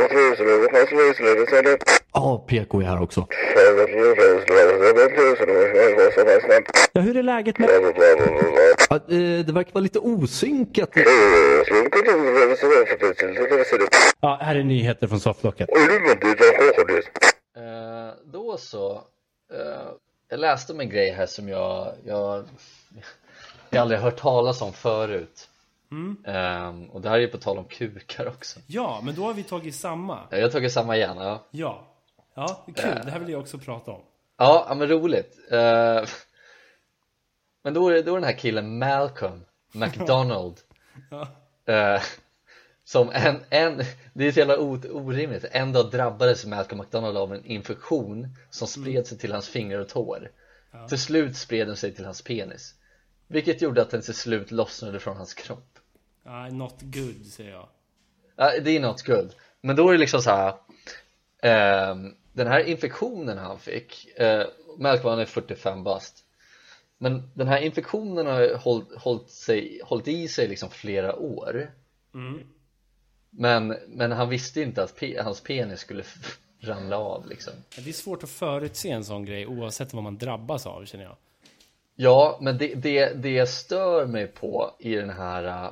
Ja, PK är här också. Ja, hur är läget med... Ja, det verkar vara lite osynkat. Ja, här är nyheter från sofflocket. Då så. Jag läste om en grej här som jag aldrig hört talas om förut. Och det här är ju på tal om kukar också. Ja, men då har vi tagit samma. Jag har tagit samma igen, ja. Ja, kul. Det här vill jag också prata om. Ja, men roligt. Men då är den här killen Malcolm McDonald. Som det är så jävla orimligt. En dag drabbades Malcolm McDonald av en infektion som spred sig till hans fingrar och tår. Till slut spred den sig till hans penis, vilket gjorde att den till slut lossnade från hans kropp. Not good, säger jag. Det är not good. Men då är det liksom så här, den här infektionen han fick, Malcolm han är 45 bast. Men den här infektionen har hållit i sig liksom flera år. Men han visste inte att hans penis skulle ramla av liksom. Det är svårt att förutse en sån grej oavsett vad man drabbas av, känner jag. Ja, men det jag stör mig på i den här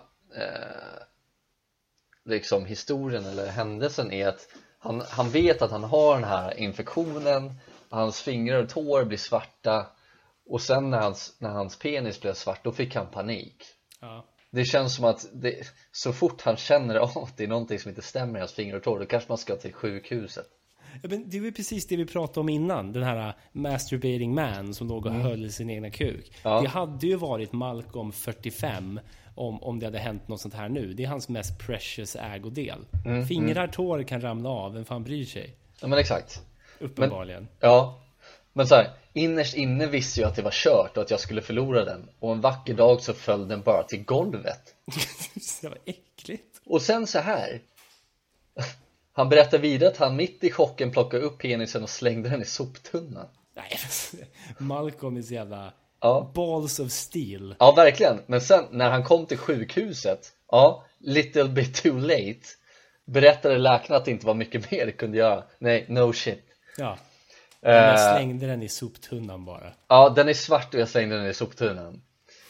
liksom historien eller händelsen är att han vet att han har den här infektionen. Hans fingrar och tår blir svarta. Och sen när hans penis blev svart, då fick han panik. Det känns som att så fort han känner att det är någonting som inte stämmer i hans fingrar och tår, då kanske man ska till sjukhuset. Ja, men det var ju precis det vi pratade om innan. Den här masturbating man som låg och höll sin egna kuk. Det hade ju varit Malcolm 45 om det hade hänt något sånt här nu. Det är hans mest precious ägodel. Fingrar, tår kan ramla av, vem fan bryr sig? Ja, men exakt. Uppenbarligen. Men så här, innerst inne visste jag att det var kört och att jag skulle förlora den. Och en vacker dag så föll den bara till golvet. Det var äckligt. Och sen så här, Han berättar vidare att han mitt i chocken plockade upp penisen och slängde den i soptunnan. Nej, Malcolm är så jävla balls of steel. Ja, verkligen. Men sen när han kom till sjukhuset, little bit too late, berättade läkaren att det inte var mycket mer det kunde göra. Nej, no shit. Ja, jag slängde den i soptunnan bara. Ja, den är svart och jag slängde den i soptunnan.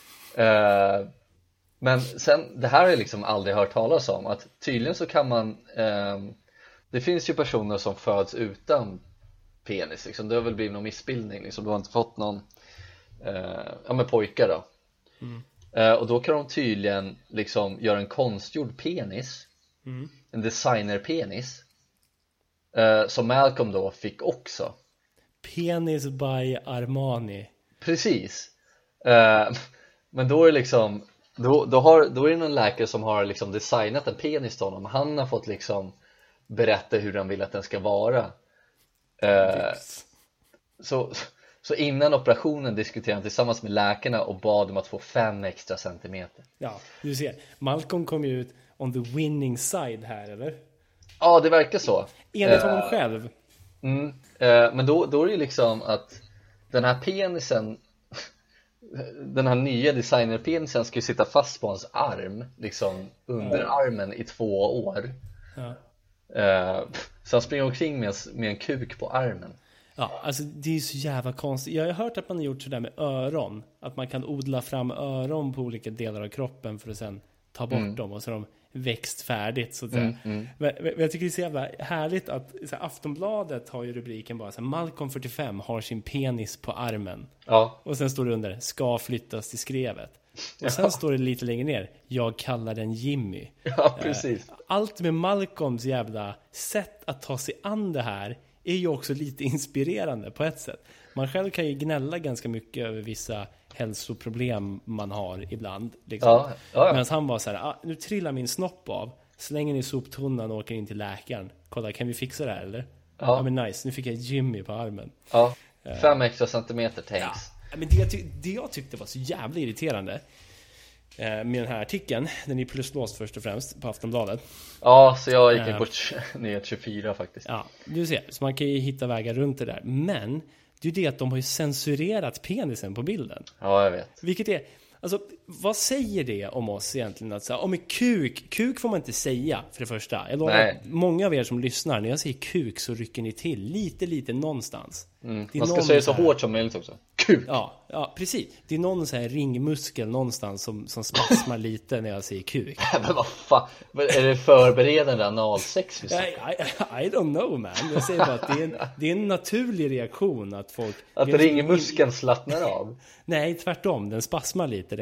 Men sen, det här har jag liksom aldrig hört talas om. Att tydligen så kan man det finns ju personer som föds utan penis liksom. Det har väl blivit någon missbildning liksom. Du har inte fått någon med pojkar då. Och då kan de tydligen liksom göra en konstgjord penis, en designerpenis, som Malcolm då fick också. Penis by Armani. Precis. Men då är det liksom då är det någon läkare som har liksom designat en penis till honom. Han har fått liksom berätta hur han vill att den ska vara. Så innan operationen diskuterade han tillsammans med läkarna och bad om att få 5 extra centimeter. Ja, du ser. Malcolm kom ju ut on the winning side här, eller? Ja, det verkar så. Enligt honom själv. Men då är det ju liksom att den här penisen, den här nya designerpenisen ska ju sitta fast på hans arm, liksom under armen i 2 år. Så han springer omkring med en kuk på armen. Ja, alltså det är ju så jävla konstigt. Jag har hört att man har gjort sådär med öron. Att man kan odla fram öron på olika delar av kroppen för att sen ta bort dem och så har de växt färdigt så att säga. Men jag tycker det är så jävla härligt att så här, Aftonbladet har ju rubriken bara så här, Malcolm 45 har sin penis på armen. Ja. Och sen står det under, ska flyttas till skrevet. Och sen står det lite längre ner, jag kallar den Jimmy. Ja, precis. Allt med Malcolms jävla sätt att ta sig an det här är ju också lite inspirerande på ett sätt. Man själv kan ju gnälla ganska mycket över vissa hälsoproblem man har ibland liksom. Medan han var så här, nu trillar min snopp av, slänger i soptunnan och åker in till läkaren. Kolla, kan vi fixa det här eller? Ja, men nice, nu fick jag Jimmy på armen. 5 extra centimeter tanks. Ja, men det jag tyckte var så jävla irriterande med den här artikeln, den är pluslåst först och främst på Aftonbladet. Ja, så jag gick in på nyhet 24 faktiskt. Ja, du ser, så man kan ju hitta vägar runt det där. Men det är ju det att de har ju censurerat penisen på bilden. Ja, jag vet. Vilket är, alltså, vad säger det om oss egentligen? Att säga, om kuk får man inte säga för det första. Jag lovar, många av er som lyssnar, när jag säger kuk så rycker ni till lite någonstans. Man ska säga så hårt som möjligt också. Kuk! Ja, precis. Det är någon så här ringmuskel någonstans som spasmar lite när jag säger kuk. Men vad fan, är det förberedande analsex? I don't know, man. Jag säger bara att det är en naturlig reaktion att folk... Att ringmuskeln slappnar av? Nej, tvärtom. Den spasmar lite.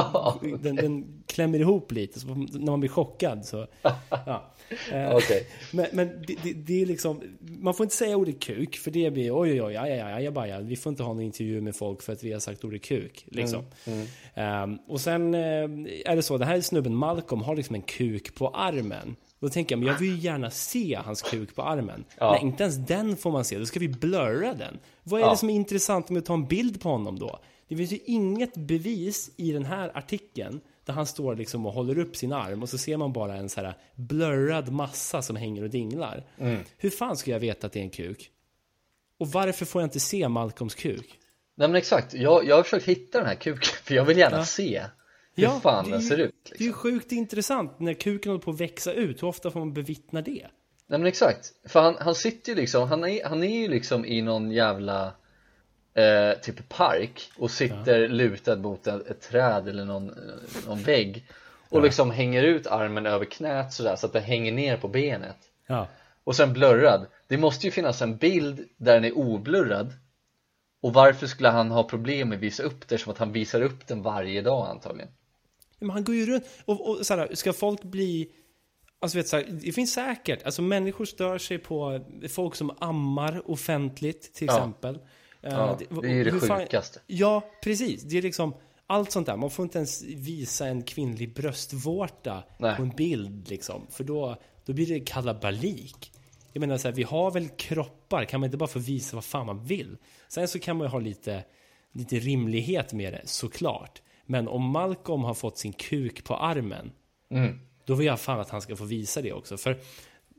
Den klämmer ihop lite så när man blir chockad. Så, ja. Okay. Men det är liksom, man får inte säga ordet kuk, för det blir oj, vi får inte ha en intervju med folk för att vi har sagt ordet kuk liksom. Och sen är det så, den här snubben Malcolm har liksom en kuk på armen. Då tänker jag, men jag vill ju gärna se hans kuk på armen. Nej, inte ens den får man se, då ska vi blurra den. Vad är det som är intressant med att ta en bild på honom då? Det finns ju inget bevis i den här artikeln där han står liksom och håller upp sin arm och så ser man bara en så här blurrad massa som hänger och dinglar. Hur fan ska jag veta att det är en kuk? Och varför får jag inte se Malcolms kuk? Nej, men exakt, jag har försökt hitta den här kuken, för jag vill gärna se hur fan den ser ut liksom. Det är ju sjukt intressant när kuken håller på att växa ut. Hur ofta får man bevittna det? Nej, men exakt, för han sitter ju liksom, han är ju liksom i någon jävla typ park och sitter lutad mot ett träd eller någon vägg och liksom hänger ut armen över knät sådär, så att den hänger ner på benet. Och sen blurrad. Det måste ju finnas en bild där den är oblurrad. Och varför skulle han ha problem med att visa upp det, som att han visar upp den varje dag antagligen? Men han går ju runt och såhär, ska folk bli, alltså vet såhär, det finns säkert, alltså människor stör sig på folk som ammar offentligt till exempel. Ja, det är ju det sjukaste. Ja, precis. Det är liksom allt sånt där. Man får inte ens visa en kvinnlig bröstvårta på en bild liksom, för då blir det kalabalik. Jag menar så här, vi har väl kroppar, kan man inte bara få visa vad fan man vill? Sen så kan man ju ha lite rimlighet med det, såklart. Men om Malcolm har fått sin kuk på armen, då vill jag fan att han ska få visa det också. För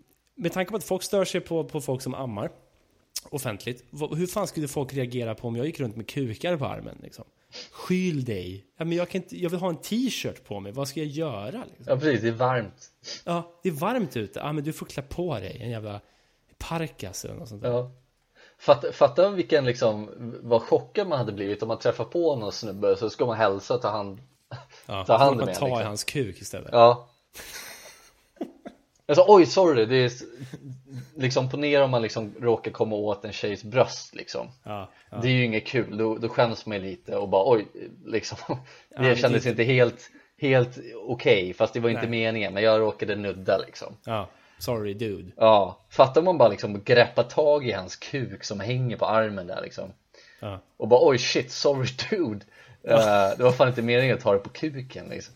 med tanke på att folk stör sig på folk som ammar offentligt, hur fan skulle folk reagera på om jag gick runt med kukar på armen liksom? Skyll dig. Ja, men jag vill ha en t-shirt på mig. Vad ska jag göra liksom? Ja, precis, det är varmt. Ja, det är varmt ute. Ja, men du får klä på dig en jävla parkas eller något sånt där. Ja. Fatta vilken liksom, vad chockad man hade blivit om man träffar på någon snubbe, så ska man hälsa och ta hand med man liksom. i hans kuk istället. Ja. Alltså, oj, sorry, det är liksom, ponera om man liksom råkar komma åt en tjejs bröst liksom. Ja. Det är ju inget kul, då skäms man lite och bara oj, liksom. Det kändes inte helt okej, fast det var inte meningen, men jag råkade nudda liksom. Ja, sorry dude. Ja, fattar man bara liksom greppa tag i hans kuk som hänger på armen där liksom. Ja. Och bara oj shit, sorry dude. Det var fan inte meningen att ta det på kuken liksom.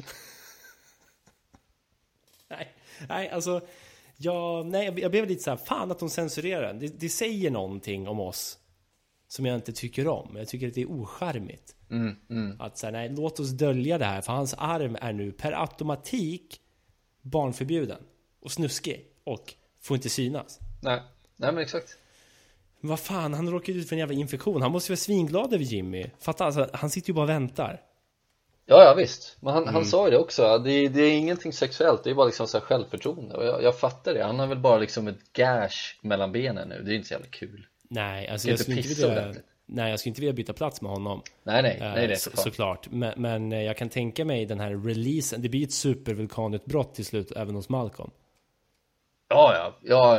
Nej, alltså jag blev lite så här, fan att de censurerar den. Det säger någonting om oss som jag inte tycker om. Jag tycker att det är ocharmigt. Att så här, nej, låt oss dölja det här, för hans arm är nu per automatik barnförbjuden och snuskig och får inte synas. Nej men exakt. Men vad fan, han råkade ut för en jävla infektion. Han måste ju vara svinglad över Jimmy. Fatta, alltså, han sitter ju bara och väntar. Ja visst, men han sa ju det också. Det är ingenting sexuellt, det är bara liksom så här självförtroende. Och jag fattar det, han har väl bara liksom ett gash mellan benen nu. Det är inte så jävla kul. Nej, alltså jag skulle inte vilja byta plats med honom. Nej, det är såklart. Men jag kan tänka mig den här releasen. Det blir ett supervulkanutbrott till slut även hos Malcolm. Ja.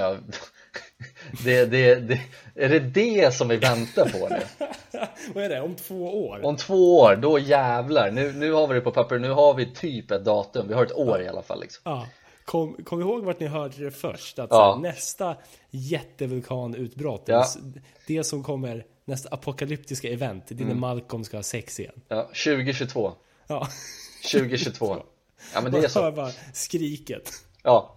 Är det som vi väntar på nu? Vad är det? Om 2 år? Om 2 år, då jävlar. Nu har vi det på papper, nu har vi typ ett datum. Vi har ett år i alla fall liksom. Ja. Kom ihåg vart ni hörde det först. Att så här, nästa jättevulkanutbrott, det som kommer, nästa apokalyptiska event, det är när Malcolm ska ha sex igen. Ja, 2022. Ja. 2022. Ja, men det är så. Hör bara skriket. Ja.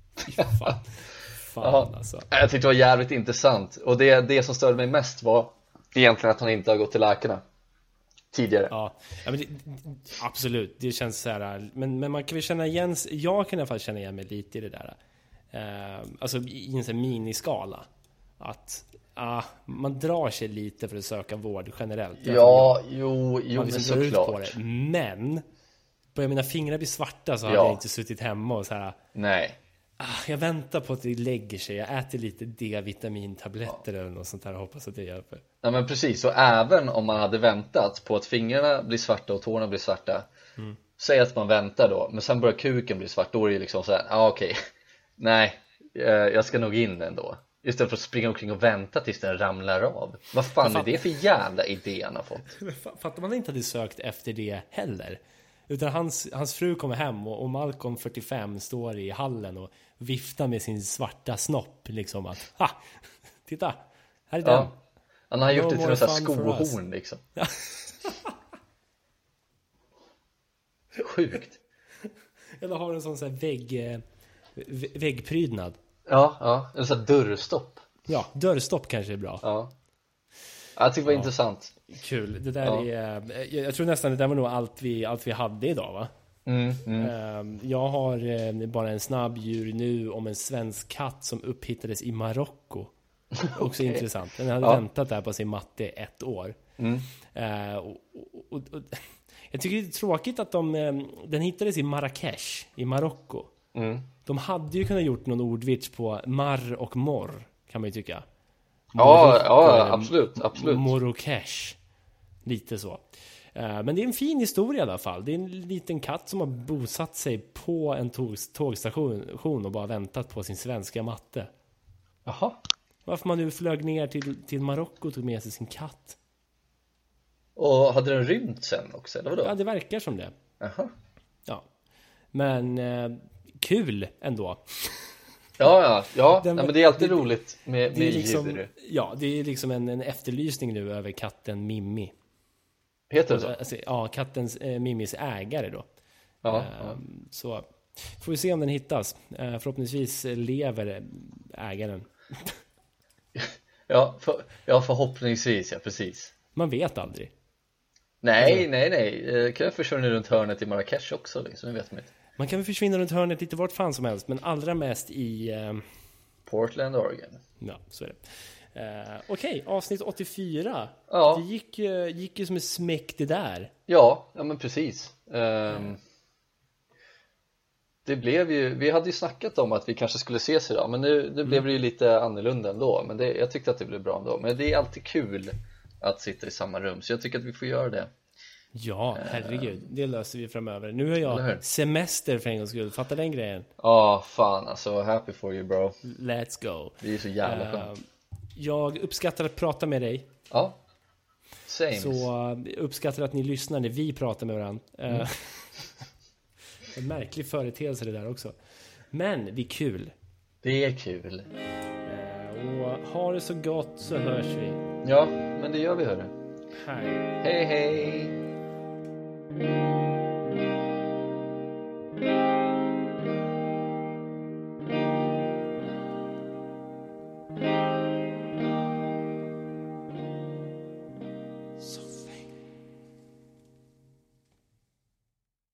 Fan alltså. Jag tyckte det var jävligt intressant. Och det som störde mig mest var egentligen att han inte har gått till läkarna tidigare. Ja men absolut, det känns så här. Men man kan väl känna igen, jag kan i alla fall känna igen mig lite i det där. Alltså i en sån miniskala. Att man drar sig lite för att söka vård generellt. Jo men såklart. Men börjar mina fingrar bli svarta så hade jag inte suttit hemma och så här. Nej. Jag väntar på att det lägger sig. Jag äter lite D-vitamintabletter eller något sånt här och hoppas att det hjälper. Ja men precis, och även om man hade väntat på att fingrarna blir svarta och tårna blir svarta, säg att man väntar då, men sen börjar kuken bli svart, då är det liksom så här, okej. Nej, jag ska nog in ändå. Istället för att springa omkring och vänta tills den ramlar av. Vad fan är det för jävla idé han har fått? Fattar man inte hade sökt efter det heller. Utan hans fru kommer hem och Malcolm 45 står i hallen och viftar med sin svarta snopp liksom att, titta, här är den. Han har gjort det till något sån här skohorn liksom. Sjukt. Eller har en sån här väggprydnad. Ja, en sån här dörrstopp. Ja, dörrstopp kanske är bra. Ja. Jag tycker det var intressant. Kul, det där är, jag tror nästan det där var nog allt vi hade idag, va? Jag har bara en snabb djur nu om en svensk katt som upphittades i Marocko. Också intressant. Den hade väntat där på sin matte 1 år. Och jag tycker det är tråkigt att den hittades i Marrakesh i Marocko. De hade ju kunnat gjort någon ordvits på marr och morr, kan man ju tycka. Absolut. Marrakesh. Lite så. Men det är en fin historia i alla fall. Det är en liten katt som har bosatt sig på en tågstation och bara väntat på sin svenska matte. Jaha. Varför man nu flög ner till Marocko och tog med sig sin katt. Och hade den rymt sen också, eller vadå? Ja, det verkar som det. Jaha. Ja. Men kul ändå. Men det är alltid roligt med liksom, djur. Ja, det är liksom en efterlysning nu över katten Mimmi. Heter det så? Alltså, ja, kattens Mimmis ägare då. Ja. Så får vi se om den hittas. Förhoppningsvis lever ägaren. Förhoppningsvis, ja, precis. Man vet aldrig. Nej. Kan jag försvinna runt hörnet i Marrakesh också, liksom, det vet man inte. Man kan väl försvinna runt hörnet lite vart fan som helst, men allra mest i Portland, Oregon. Ja, så är det. Okej, avsnitt 84. Ja. Det gick ju som en smäck det där. Ja, men precis. Det blev ju, vi hade ju snackat om att vi kanske skulle ses idag, men nu blev det ju lite annorlunda ändå. Men jag tyckte att det blev bra ändå. Men det är alltid kul att sitta i samma rum, så jag tycker att vi får göra det. Ja, herregud, det löser vi framöver. Nu har jag semester för en gångs skull, fattar den grejen? Ja, fan alltså, happy for you bro. Let's go. Det är så jävla skönt. Jag uppskattar att prata med dig. Ja, same. Så uppskattar att ni lyssnar när vi pratar med varandra. En märklig företeelse det där också. Men det är kul. Det är kul. Och ha det så gott, så hörs vi. Ja, men det gör vi, hörru. Hej. Hej, hej.